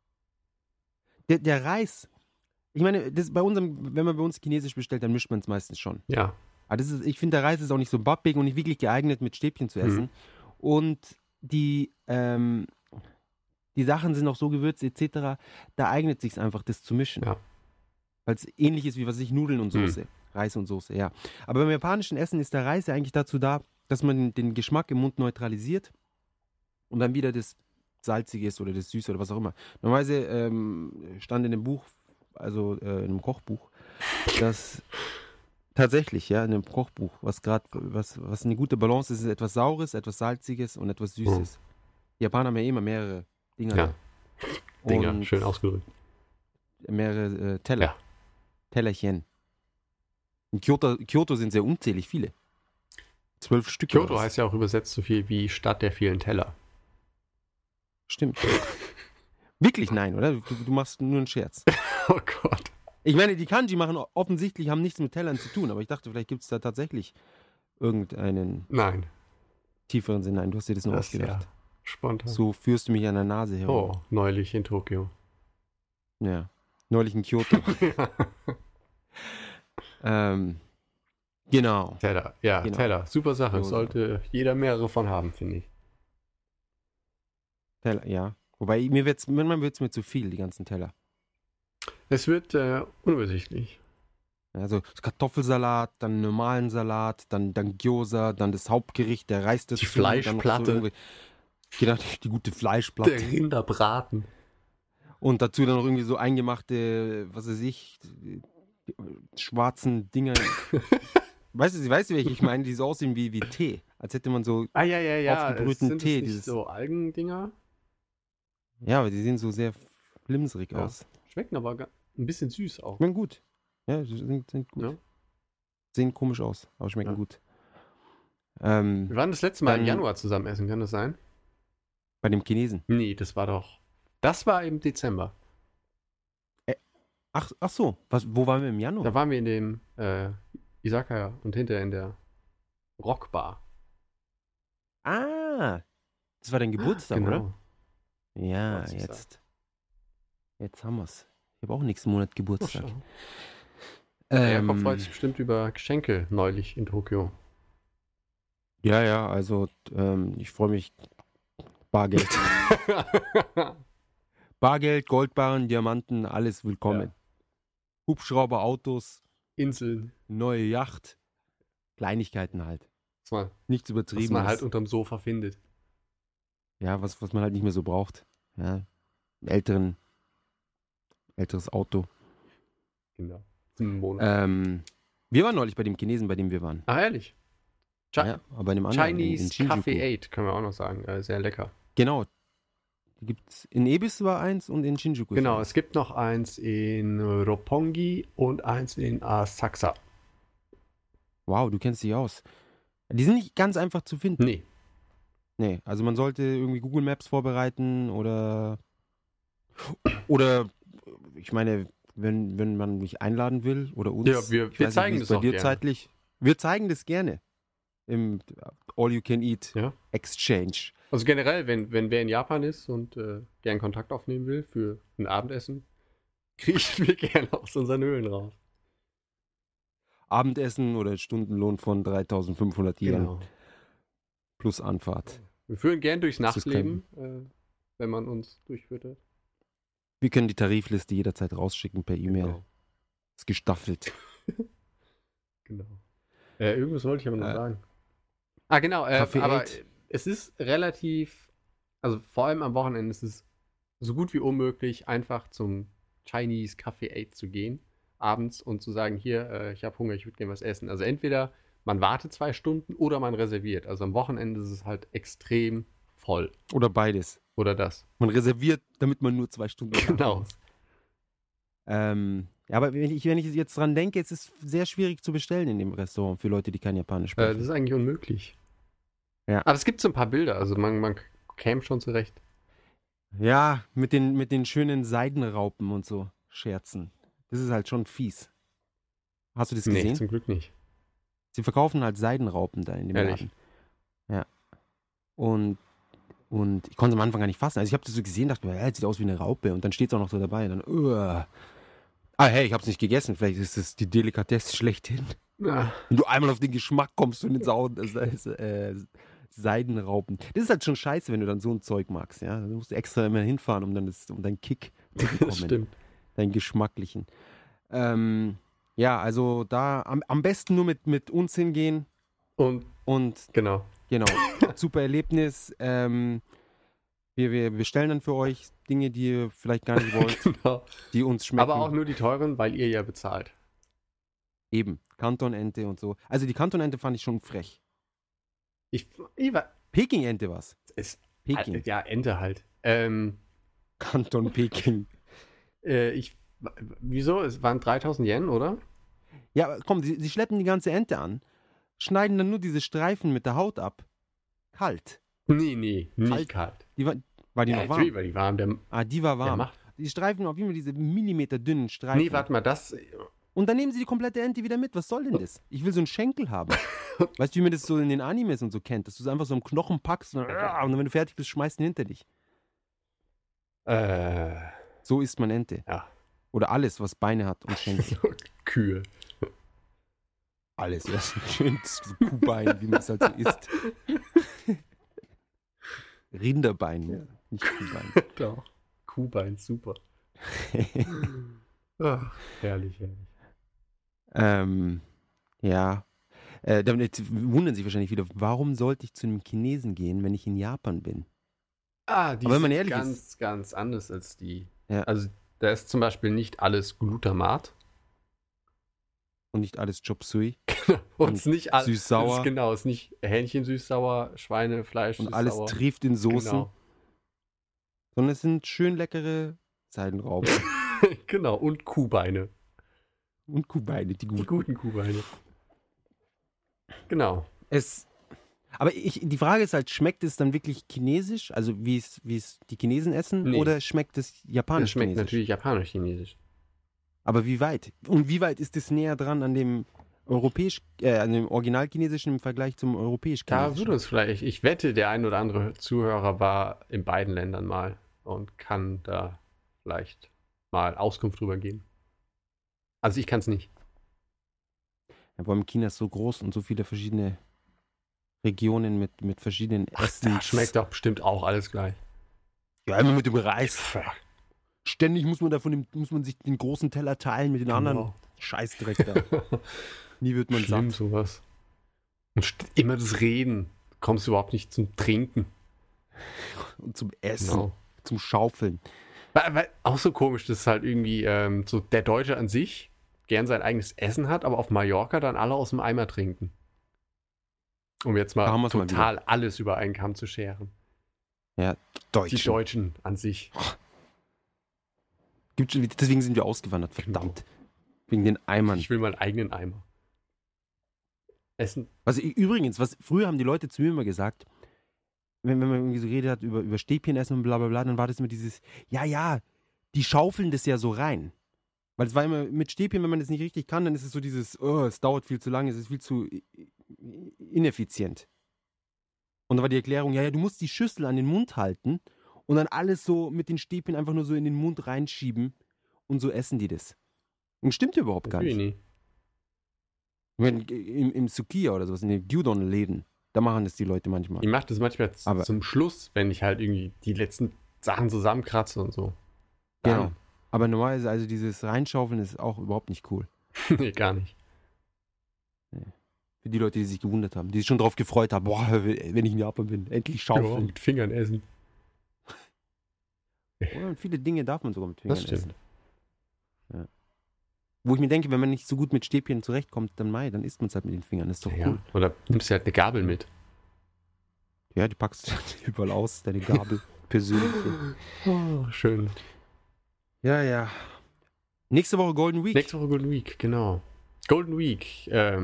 Der Reis, ich meine, wenn man bei uns Chinesisch bestellt, dann mischt man es meistens schon. Ja. Aber ich finde, der Reis ist auch nicht so bappig und nicht wirklich geeignet, mit Stäbchen zu essen. Und die Sachen sind auch so gewürzt etc., da eignet es sich einfach, das zu mischen. Ja. Weil es ähnlich ist wie, Nudeln und Soße. Reis und Soße, ja. Aber beim japanischen Essen ist der Reis ja eigentlich dazu da, dass man den Geschmack im Mund neutralisiert und dann wieder das Salzige ist oder das Süße oder was auch immer. Normalerweise stand in dem Buch, also in einem Kochbuch, dass tatsächlich, ja, in einem Kochbuch, was eine gute Balance ist etwas Saures, etwas Salziges und etwas Süßes. Die Japaner haben ja immer mehrere Dinger. Ja. Dinger, und schön ausgedrückt. Mehrere Teller. Ja. Tellerchen. In Kyoto sind sehr unzählig viele. 12 Stück. Kyoto heißt ja auch übersetzt so viel wie Stadt der vielen Teller. Stimmt. Wirklich nein, oder? Du machst nur einen Scherz. Oh Gott. Ich meine, die Kanji haben nichts mit Tellern zu tun, aber ich dachte, vielleicht gibt es da tatsächlich irgendeinen tieferen Sinn. Nein, du hast dir das nur ausgedacht. Ja, spontan. So führst du mich an der Nase herum. Oh, neulich in Tokio. Ja, neulich in Kyoto. Genau. Teller, ja, genau. Teller. Super Sache. So, sollte jeder mehrere von haben, finde ich. Teller, ja. Wobei, manchmal wird es mir zu viel, die ganzen Teller. Es wird unübersichtlich. Also Kartoffelsalat, dann einen normalen Salat, dann Gyoza, dann das Hauptgericht, der Reis dazu. Die Fleischplatte. Genau, die gute Fleischplatte. Der Rinderbraten. Und dazu dann noch irgendwie so eingemachte, was weiß ich, schwarzen Dinger. Weißt du, welche ich meine? Die so aussehen wie Tee. Als hätte man so aufgebrühten Tee. Sind so Algendinger? Ja, aber die sehen so sehr flimserig aus. Schmecken aber ein bisschen süß auch. Schmecken gut. Ja, sind gut. Ja. Sehen komisch aus, aber schmecken gut. Wir waren das letzte Mal im Januar zusammen essen, kann das sein? Bei dem Chinesen? Nee, das war im Dezember. Ach so, wo waren wir im Januar? Da waren wir in dem Izakaya und hinterher in der Rockbar. Ah, das war dein Geburtstag, genau. Oder? Ja, jetzt haben wir es. Ich habe auch nächsten Monat Geburtstag. Jakob freut sich bestimmt über Geschenke neulich in Tokio. Ja, also ich freue mich. Bargeld. Bargeld, Goldbarren, Diamanten, alles willkommen. Ja. Hubschrauber, Autos, Inseln, neue Yacht, Kleinigkeiten halt. Nichts Was Übertriebenes. man halt unterm Sofa findet. Ja, was man halt nicht mehr so braucht. Ja, ein älteres Auto. Genau. Zum Monat. Wir waren neulich bei dem Chinesen, bei dem wir waren. Ehrlich? Ja, aber bei dem anderen Chinese Shinjuku. Coffee 8, können wir auch noch sagen. Sehr lecker. Genau. Die gibt's in Ebis war eins und in Shinjuku. ist Genau, eins. es gibt noch eins in Roppongi und eins in Asakusa. Wow, du kennst dich aus. Die sind nicht ganz einfach zu finden. Nee. Nee, also man sollte irgendwie Google Maps vorbereiten oder ich meine, wenn man mich einladen will oder uns. Ja, wir ich weiß zeigen nicht, wie das es bei auch dir gerne. zeitlich. Wir zeigen das gerne im All-You-Can-Eat Ja. Exchange. Also generell, wenn wer in Japan ist und gern Kontakt aufnehmen will für ein Abendessen, kriechen wir gerne aus unseren Höhlen raus. Abendessen oder Stundenlohn von 3.500 Yen Genau. plus Anfahrt. Wir führen gern durchs Das ist Nachtleben, wenn man uns durchführt. Wir können die Tarifliste jederzeit rausschicken per E-Mail. Genau. Ist gestaffelt. Genau. Irgendwas wollte ich aber noch sagen. Ah, genau. Kaffee Aber 8. es ist relativ, also vor allem am Wochenende ist es so gut wie unmöglich, einfach zum Chinese Coffee 8 zu gehen, abends und zu sagen, hier, ich habe Hunger, ich würde gerne was essen. Also entweder man wartet 2 Stunden oder man reserviert. Also am Wochenende ist es halt extrem voll. Oder beides. Oder das. Man reserviert, damit man nur 2 Stunden warten Genau. muss. Ja, aber wenn ich jetzt dran denke, es ist sehr schwierig zu bestellen in dem Restaurant für Leute, die kein Japanisch Das sprechen. ist eigentlich unmöglich. Ja. Aber es gibt so ein paar Bilder, also man käme schon zurecht. Ja, mit den schönen Seidenraupen und so Scherzen. Das ist halt schon fies. Hast du das Nee, gesehen? zum Glück nicht. Sie verkaufen halt Seidenraupen da in dem Ehrlich? Laden. Ja. Und ich konnte es am Anfang gar nicht fassen. Also ich habe das so gesehen, dachte mir, das sieht aus wie eine Raupe. Und dann steht es auch noch so dabei. Und dann, hey, ich habe es nicht gegessen. Vielleicht ist es die Delikatesse schlechthin. Ah, Wenn du einmal auf den Geschmack kommst von den Seidenraupen. Das ist halt schon scheiße, wenn du dann so ein Zeug magst. Ja? Da musst du extra immer hinfahren, um deinen Kick zu bekommen. das stimmt. Deinen geschmacklichen. Ja, also da am besten nur mit uns hingehen. Und Und genau. genau, super Erlebnis. Wir bestellen dann für euch Dinge, die ihr vielleicht gar nicht wollt, Genau. die uns schmecken. Aber auch nur die teuren, weil ihr ja bezahlt. Eben, Kantonente und so. Also die Kantonente fand ich schon frech. Ich war. Peking-Ente war's. Es, Peking. Ja, Ente halt. Kanton Peking. Wieso? Es waren 3.000 Yen, oder? Ja, komm, sie schleppen die ganze Ente an, schneiden dann nur diese Streifen mit der Haut ab. Kalt. Nee, nicht Kalt. kalt. War die noch natürlich, warm? weil die warm. Die war Der warm. macht. Die Streifen auf jeden Fall diese millimeterdünnen Streifen. Nee, warte mal, das. Und dann nehmen sie die komplette Ente wieder mit. Was soll denn das? Ich will so einen Schenkel haben. Weißt du, wie man das so in den Animes und so kennt? Dass du so einfach so einen Knochen packst und dann, wenn du fertig bist, schmeißt ihn hinter dich. So isst man Ente. Ja. Oder alles, was Beine hat und Schenkel. Kühe. Alles, ja. Schön so Kuhbein, wie man es halt so isst. Rinderbein, nicht Kuhbein. Doch. Kuhbein, super. Ach, herrlich. Ja. Damit wundern sich wahrscheinlich wieder, warum sollte ich zu einem Chinesen gehen, wenn ich in Japan bin? Die Aber wenn man sind ehrlich ganz, ganz anders als die. Ja. Also da ist zum Beispiel nicht alles Glutamat. Und nicht alles Chop Suey. Und es ist nicht alles süß-sauer. Genau, es ist nicht Hähnchen süß-sauer, Schweinefleisch Und süß-sauer. alles trieft in Soßen. Genau. Sondern es sind schön leckere Seidenraupen. Genau, und Kuhbeine. Und Kuhbeine, die Die guten. guten Kuhbeine. Genau. Aber die Frage ist halt, schmeckt es dann wirklich chinesisch? Also wie es die Chinesen essen? Nee. Oder schmeckt es Das japanisch-chinesisch? schmeckt natürlich japanisch-chinesisch. Aber wie weit? Und wie weit ist es näher dran an dem an dem Original-Chinesischen im Vergleich zum Da europäisch-chinesischen? würde es vielleicht, ich wette, der ein oder andere Zuhörer war in beiden Ländern mal und kann da vielleicht mal Auskunft drüber geben. Also ich kann es nicht. Ja, vor allem China ist so groß und so viele verschiedene Regionen mit verschiedenen Essen. Da schmeckt doch bestimmt auch alles gleich. Ja, immer mit dem Reis. Ständig muss man sich den großen Teller teilen mit den anderen. Scheißdreck da. Nie wird man Schlimm satt. sowas. Und immer das Reden. Du kommst überhaupt nicht zum Trinken. Und zum Essen, Genau. zum Schaufeln. Weil auch so komisch, dass halt irgendwie so der Deutsche an sich gern sein eigenes Essen hat, aber auf Mallorca dann alle aus dem Eimer trinken. Um jetzt Da haben mal wir's mal total alles über einen Kamm zu scheren. Ja, Die Deutsch. Deutschen an sich. Deswegen sind wir ausgewandert, verdammt. Wegen den Eimern. Ich will meinen eigenen Eimer. Essen. Übrigens, früher haben die Leute zu mir immer gesagt, wenn man irgendwie so geredet hat über Stäbchen essen und bla bla bla, dann war das immer dieses, ja, die schaufeln das ja so rein. Weil es war immer mit Stäbchen, wenn man das nicht richtig kann, dann ist es so dieses, es dauert viel zu lange, es ist viel zu ineffizient. Und dann war die Erklärung, ja, du musst die Schüssel an den Mund halten und dann alles so mit den Stäbchen einfach nur so in den Mund reinschieben und so essen die das. Und stimmt ja überhaupt gar nicht. Nie. Im Sukiya oder sowas, in den Gyudon-Läden, da machen das die Leute manchmal. Ich mache das manchmal Aber- zum Schluss, wenn ich halt irgendwie die letzten Sachen zusammenkratze und so. Genau. Aber normalerweise, also dieses Reinschaufeln ist auch überhaupt nicht cool. Nee, gar nicht. Für die Leute, die sich gewundert haben, die sich schon drauf gefreut haben, boah, wenn ich in Japan bin, endlich Ja, schaufeln. mit Fingern essen. Und viele Dinge darf man sogar mit Fingern Das stimmt. essen. Ja. Wo ich mir denke, wenn man nicht so gut mit Stäbchen zurechtkommt, dann isst man es halt mit den Fingern. Das ist doch Ja. cool. Oder nimmst du halt eine Gabel mit. Ja, die packst du überall aus, deine Gabel persönlich. Oh, schön. Ja. Nächste Woche Golden Week. Nächste Woche Golden Week, genau. Golden Week.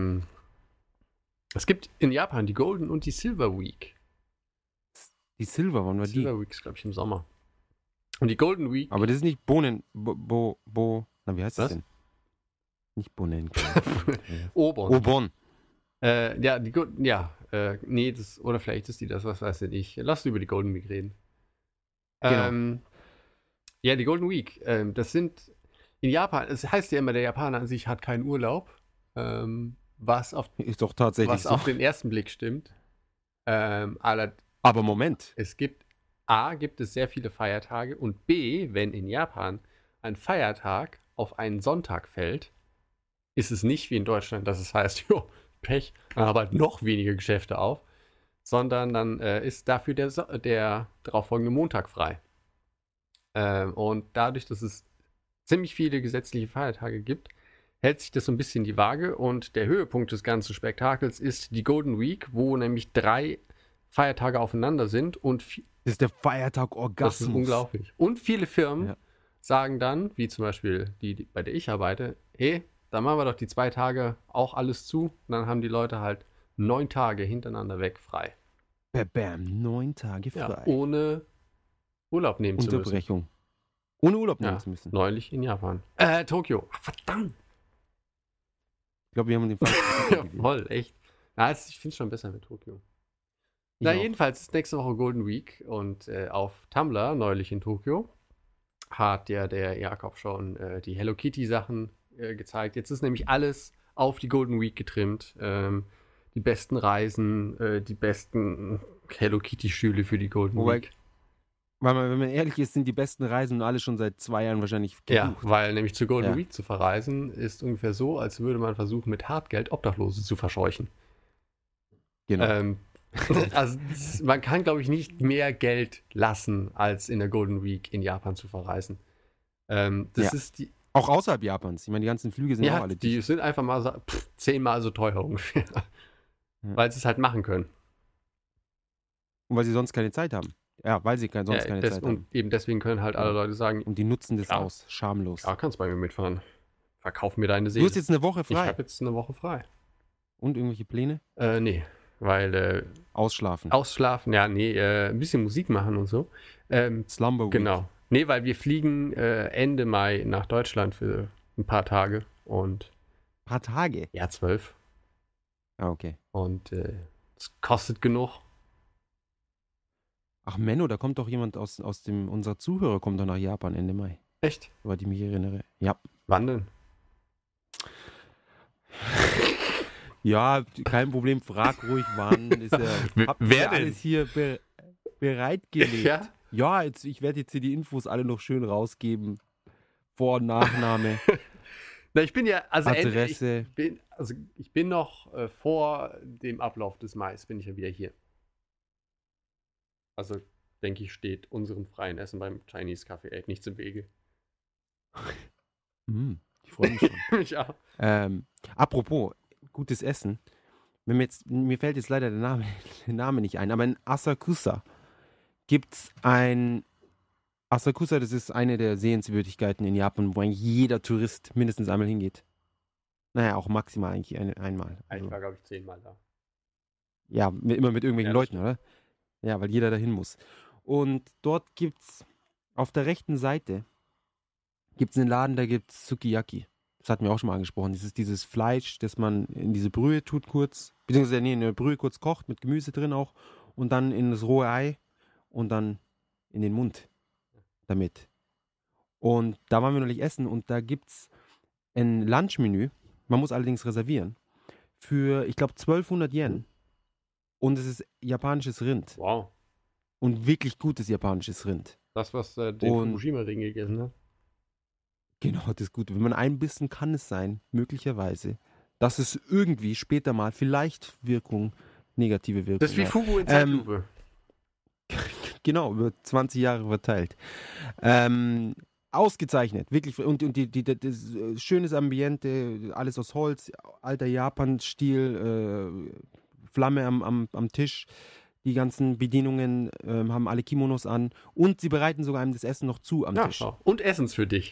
Es gibt in Japan die Golden und die Silver Week. Die Silver, wann war die? Silver Week ist, glaube ich, im Sommer. Und die Golden Week. Aber das ist nicht Bohnen. Na, wie heißt das Was? denn? Nicht Bohnen. Obon. Obon. Ja, nee, oder vielleicht ist die das, was weiß ich. Lass über die Golden Week reden. Genau. Ja, die Golden Week, das sind in Japan, es heißt ja immer, der Japaner an sich hat keinen Urlaub, was auf Ist doch tatsächlich so. auf den ersten Blick stimmt. Aber Moment. Gibt es sehr viele Feiertage und B, wenn in Japan ein Feiertag auf einen Sonntag fällt, ist es nicht wie in Deutschland, dass es heißt, jo, Pech, dann haben halt noch weniger Geschäfte auf, sondern dann ist dafür der darauffolgende Montag frei. Und dadurch, dass es ziemlich viele gesetzliche Feiertage gibt, hält sich das so ein bisschen die Waage und der Höhepunkt des ganzen Spektakels ist die Golden Week, wo nämlich 3 Feiertage aufeinander sind und Das ist der Feiertag das Orgasmus. ist unglaublich. Und viele Firmen Ja. sagen dann, wie zum Beispiel die, bei der ich arbeite, hey, dann machen wir doch die 2 Tage auch alles zu. Und dann haben die Leute halt 9 Tage hintereinander weg frei. Bam, 9 Tage Ja, frei. ohne Urlaub nehmen zu müssen. Unterbrechung. Ohne Urlaub nehmen Ja, zu müssen. neulich in Japan. Tokio. Ach, verdammt. Ich glaube, wir haben den Fall. Ja, voll, echt. Na, ich finde es schon besser mit Tokio. Na, jedenfalls ist nächste Woche Golden Week und auf Tumblr, neulich in Tokio, hat ja der Jakob schon die Hello Kitty Sachen gezeigt. Jetzt ist nämlich alles auf die Golden Week getrimmt. Die besten Reisen, die besten Hello Kitty Stühle für die Golden Wobei, Week. Weil wenn man ehrlich ist, sind die besten Reisen alle schon seit 2 Jahren wahrscheinlich Ja, gebucht. weil nämlich zur Golden Ja. Week zu verreisen ist ungefähr so, als würde man versuchen, mit Hartgeld Obdachlose zu verscheuchen. Genau. Also man kann, glaube ich, nicht mehr Geld lassen, als in der Golden Week in Japan zu verreisen. Das Ja. ist die. Auch außerhalb Japans. Ich meine, die ganzen Flüge sind auch Ja, alle die sind einfach mal 10-mal so teuer ungefähr. Ja. Weil sie es halt machen können. Und weil sie sonst keine Zeit haben. Ja, weil sie sonst keine Zeit haben. Und eben deswegen können halt alle Leute sagen, Und die nutzen das Ja. aus. Schamlos. ja, kannst bei mir mitfahren. Verkauf mir deine Du Seele. hast jetzt eine Woche Ich frei. habe jetzt eine Woche frei. Und irgendwelche Pläne? Nee, weil Ausschlafen. ausschlafen, ja, nee, ein bisschen Musik machen und so. Slumber Week. Genau. Nee, weil wir fliegen Ende Mai nach Deutschland für ein paar Tage und Paar Tage. ja, 12. Ah, okay. Und es kostet genug. Ach, Menno, da kommt doch jemand unserer Zuhörer kommt doch nach Japan Ende Mai. Echt? Soweit ich mich erinnere. Ja. Wann denn? Ja, kein Problem, frag ruhig wann. Ist ja, habt Wer ja denn? alles hier bereitgelegt. Ja? Ja, ich werde jetzt hier die Infos alle noch schön rausgeben. Vor- und Nachname. Na, ich bin ja, Adresse. Ich bin noch vor dem Ablauf des Mais, bin ich ja wieder hier. Also, denke ich, steht unserem freien Essen beim Chinese Café 8 nichts im Wege. Ich freue mich schon. Mich auch. Apropos, gutes Essen. Mir fällt jetzt leider der Name nicht ein, aber in Asakusa gibt es Asakusa, das ist eine der Sehenswürdigkeiten in Japan, wo eigentlich jeder Tourist mindestens einmal hingeht. Naja, auch maximal eigentlich einmal. Ich war, glaube ich, 10-mal da. Ja, immer mit irgendwelchen Leuten, stimmt. oder? Ja, weil jeder dahin muss. Und dort gibt es auf der rechten Seite gibt's einen Laden, da gibt es Sukiyaki. Das hatten wir auch schon mal angesprochen. Das ist dieses Fleisch, das man in diese Brühe tut kurz, beziehungsweise in der Brühe kurz kocht, mit Gemüse drin auch, und dann in das rohe Ei und dann in den Mund damit. Und da waren wir neulich essen und da gibt es ein Lunchmenü, man muss allerdings reservieren, für, ich glaube, 1200 Yen. Und es ist japanisches Rind. Wow. Und wirklich gutes japanisches Rind. Das, was den Und- Fukushima-Ring gegessen hat. Genau, das ist gut. Wenn man einbissen, kann es sein, möglicherweise, dass es irgendwie später mal vielleicht negative Wirkung Das ist wie hat. Fugu in Zeitlupe. Genau, über 20 Jahre verteilt. Ausgezeichnet, wirklich. Und das schönes Ambiente, alles aus Holz, alter Japan-Stil, Flamme am Tisch. Die ganzen Bedienungen haben alle Kimonos an und sie bereiten sogar einem das Essen noch zu am Ja, Tisch. schau. Und Essens für dich.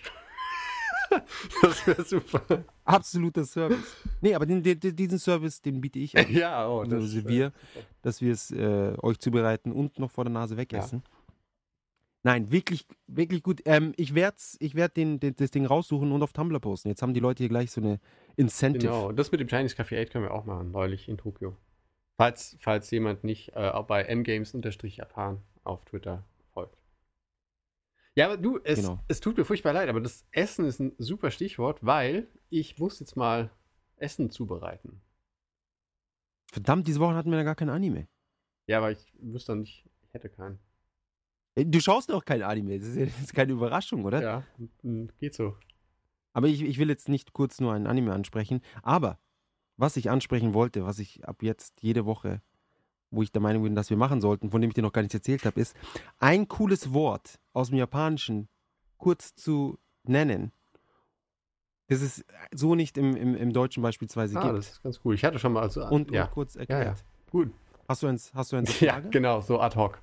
Das wäre super. Absoluter Service. Nee, aber diesen Service, den biete ich an. Ja, Also dass wir es euch zubereiten und noch vor der Nase wegessen. Nein, wirklich, wirklich gut. Ich werd das Ding raussuchen und auf Tumblr posten. Jetzt haben die Leute hier gleich so eine Incentive. Genau, das mit dem Chinese Café 8 können wir auch machen, neulich in Tokio. Falls jemand nicht bei mgames_japan auf Twitter folgt. Ja, aber du, es tut mir furchtbar leid, aber das Essen ist ein super Stichwort, weil ich muss jetzt mal Essen zubereiten. Verdammt, diese Woche hatten wir da gar kein Anime. Ja, aber ich wüsste nicht, ich hätte keinen. Du schaust doch kein Anime, das ist keine Überraschung, oder? Ja, geht so. Aber ich will jetzt nicht kurz nur ein Anime ansprechen, aber was ich ansprechen wollte, was ich ab jetzt jede Woche, wo ich der Meinung bin, dass wir machen sollten, von dem ich dir noch gar nichts erzählt habe, ist, ein cooles Wort aus dem Japanischen kurz zu nennen, das es so nicht im Deutschen beispielsweise gibt. Das ist ganz cool. Ich hatte schon mal Und kurz erklärt. Ja. Gut. Hast du eins Ja, genau, so ad hoc.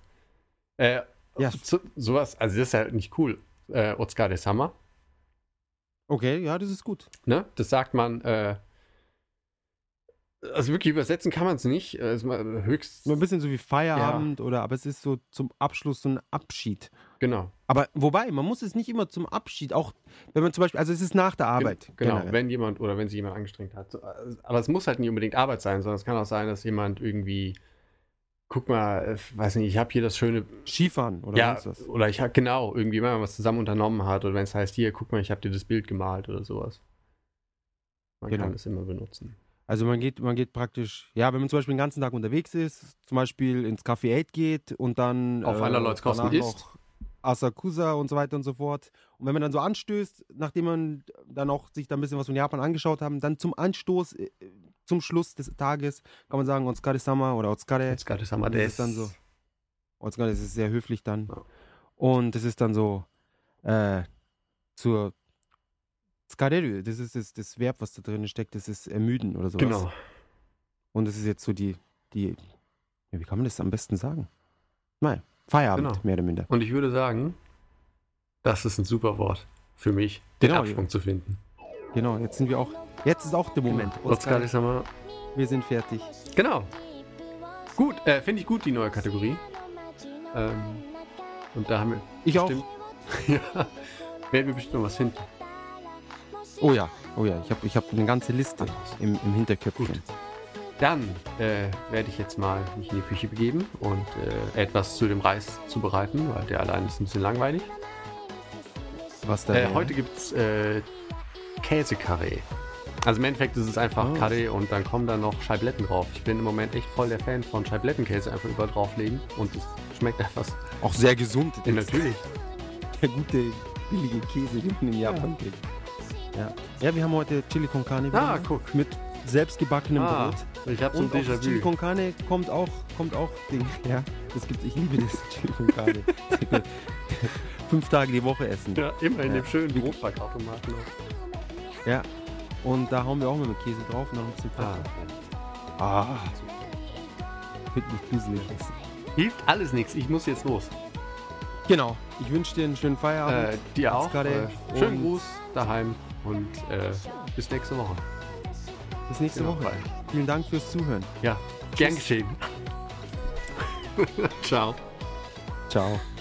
Ja. Sowas, also das ist ja nicht cool. Otsukare-sama. Okay, ja, das ist gut. Ne? Das sagt man, also wirklich übersetzen kann man es nicht. Höchst. So ein bisschen so wie Feierabend aber es ist so zum Abschluss so ein Abschied. Genau. Aber wobei, man muss es nicht immer zum Abschied, auch wenn man zum Beispiel, also es ist nach der Arbeit. Genau, generell. wenn sich jemand angestrengt hat. Aber es muss halt nicht unbedingt Arbeit sein, sondern es kann auch sein, dass jemand irgendwie, guck mal, weiß nicht, ich habe hier das schöne Skifahren oder sonst was. Oder ich habe irgendwie, wenn man was zusammen unternommen hat oder wenn es heißt, hier, guck mal, ich habe dir das Bild gemalt oder sowas. Man kann es immer benutzen. Also man geht praktisch, ja, wenn man zum Beispiel den ganzen Tag unterwegs ist, zum Beispiel ins Café 8 geht und dann auf aller Leute Kosten danach isst. noch Asakusa und so weiter und so fort. Und wenn man dann so anstößt, nachdem man dann auch sich da ein bisschen was von Japan angeschaut haben, dann zum Anstoß, zum Schluss des Tages, kann man sagen, Otsukare-sama oder Otsukare. Otsukare-sama, das ist dann so. Otsukare, das ist sehr höflich dann. Ja. Und das ist dann so zur Tsukareru, das ist das Verb, was da drin steckt, das ist ermüden oder sowas. Genau. Und das ist jetzt so die wie kann man das am besten sagen? Nein, Feierabend, mehr oder minder. Und ich würde sagen, das ist ein super Wort für mich, den Absprung zu finden. Genau, jetzt ist auch der Moment. Otsukare-sama. Wir sind fertig. Genau. Gut, finde ich gut, die neue Kategorie. Und da haben wir Ich auch. Ja, werden wir bestimmt noch was finden. Oh ja, ich hab eine ganze Liste im Hinterköpfchen. Gut. Dann werde ich jetzt mal mich in die Küche begeben und etwas zu dem Reis zubereiten, weil der allein ist ein bisschen langweilig. Was da heute gibt es Käsekarree. Also im Endeffekt ist es einfach Karree und dann kommen da noch Scheibletten drauf. Ich bin im Moment echt voll der Fan von Scheiblettenkäse einfach überall drauflegen und es schmeckt einfach. Auch sehr gesund. Ja, natürlich. Der gute, billige Käse, den man in Japan kriegt. Ja, wir haben heute Chili con Carne wieder guck. mit selbstgebackenem Brot. Ich habe so ein Und auch Chili Déjà-vu. con Carne kommt auch Ding. Ja, ich liebe das Chili con Carne. 5 Tage die Woche essen. Ja, immer in dem schönen Brotbackautomaten. Ja. Und da hauen wir auch mal mit Käse drauf und dann ein bisschen Pfeffer. Wird nicht gruselig essen. Hilft alles nichts. Ich muss jetzt los. Genau. Ich wünsche dir einen schönen Feierabend. Dir Jetzt auch. gerade Schönen und Gruß daheim und bis nächste Woche. Bis nächste Genau, Woche. bye. Vielen Dank fürs Zuhören. Ja, gern geschehen. Ciao. Ciao.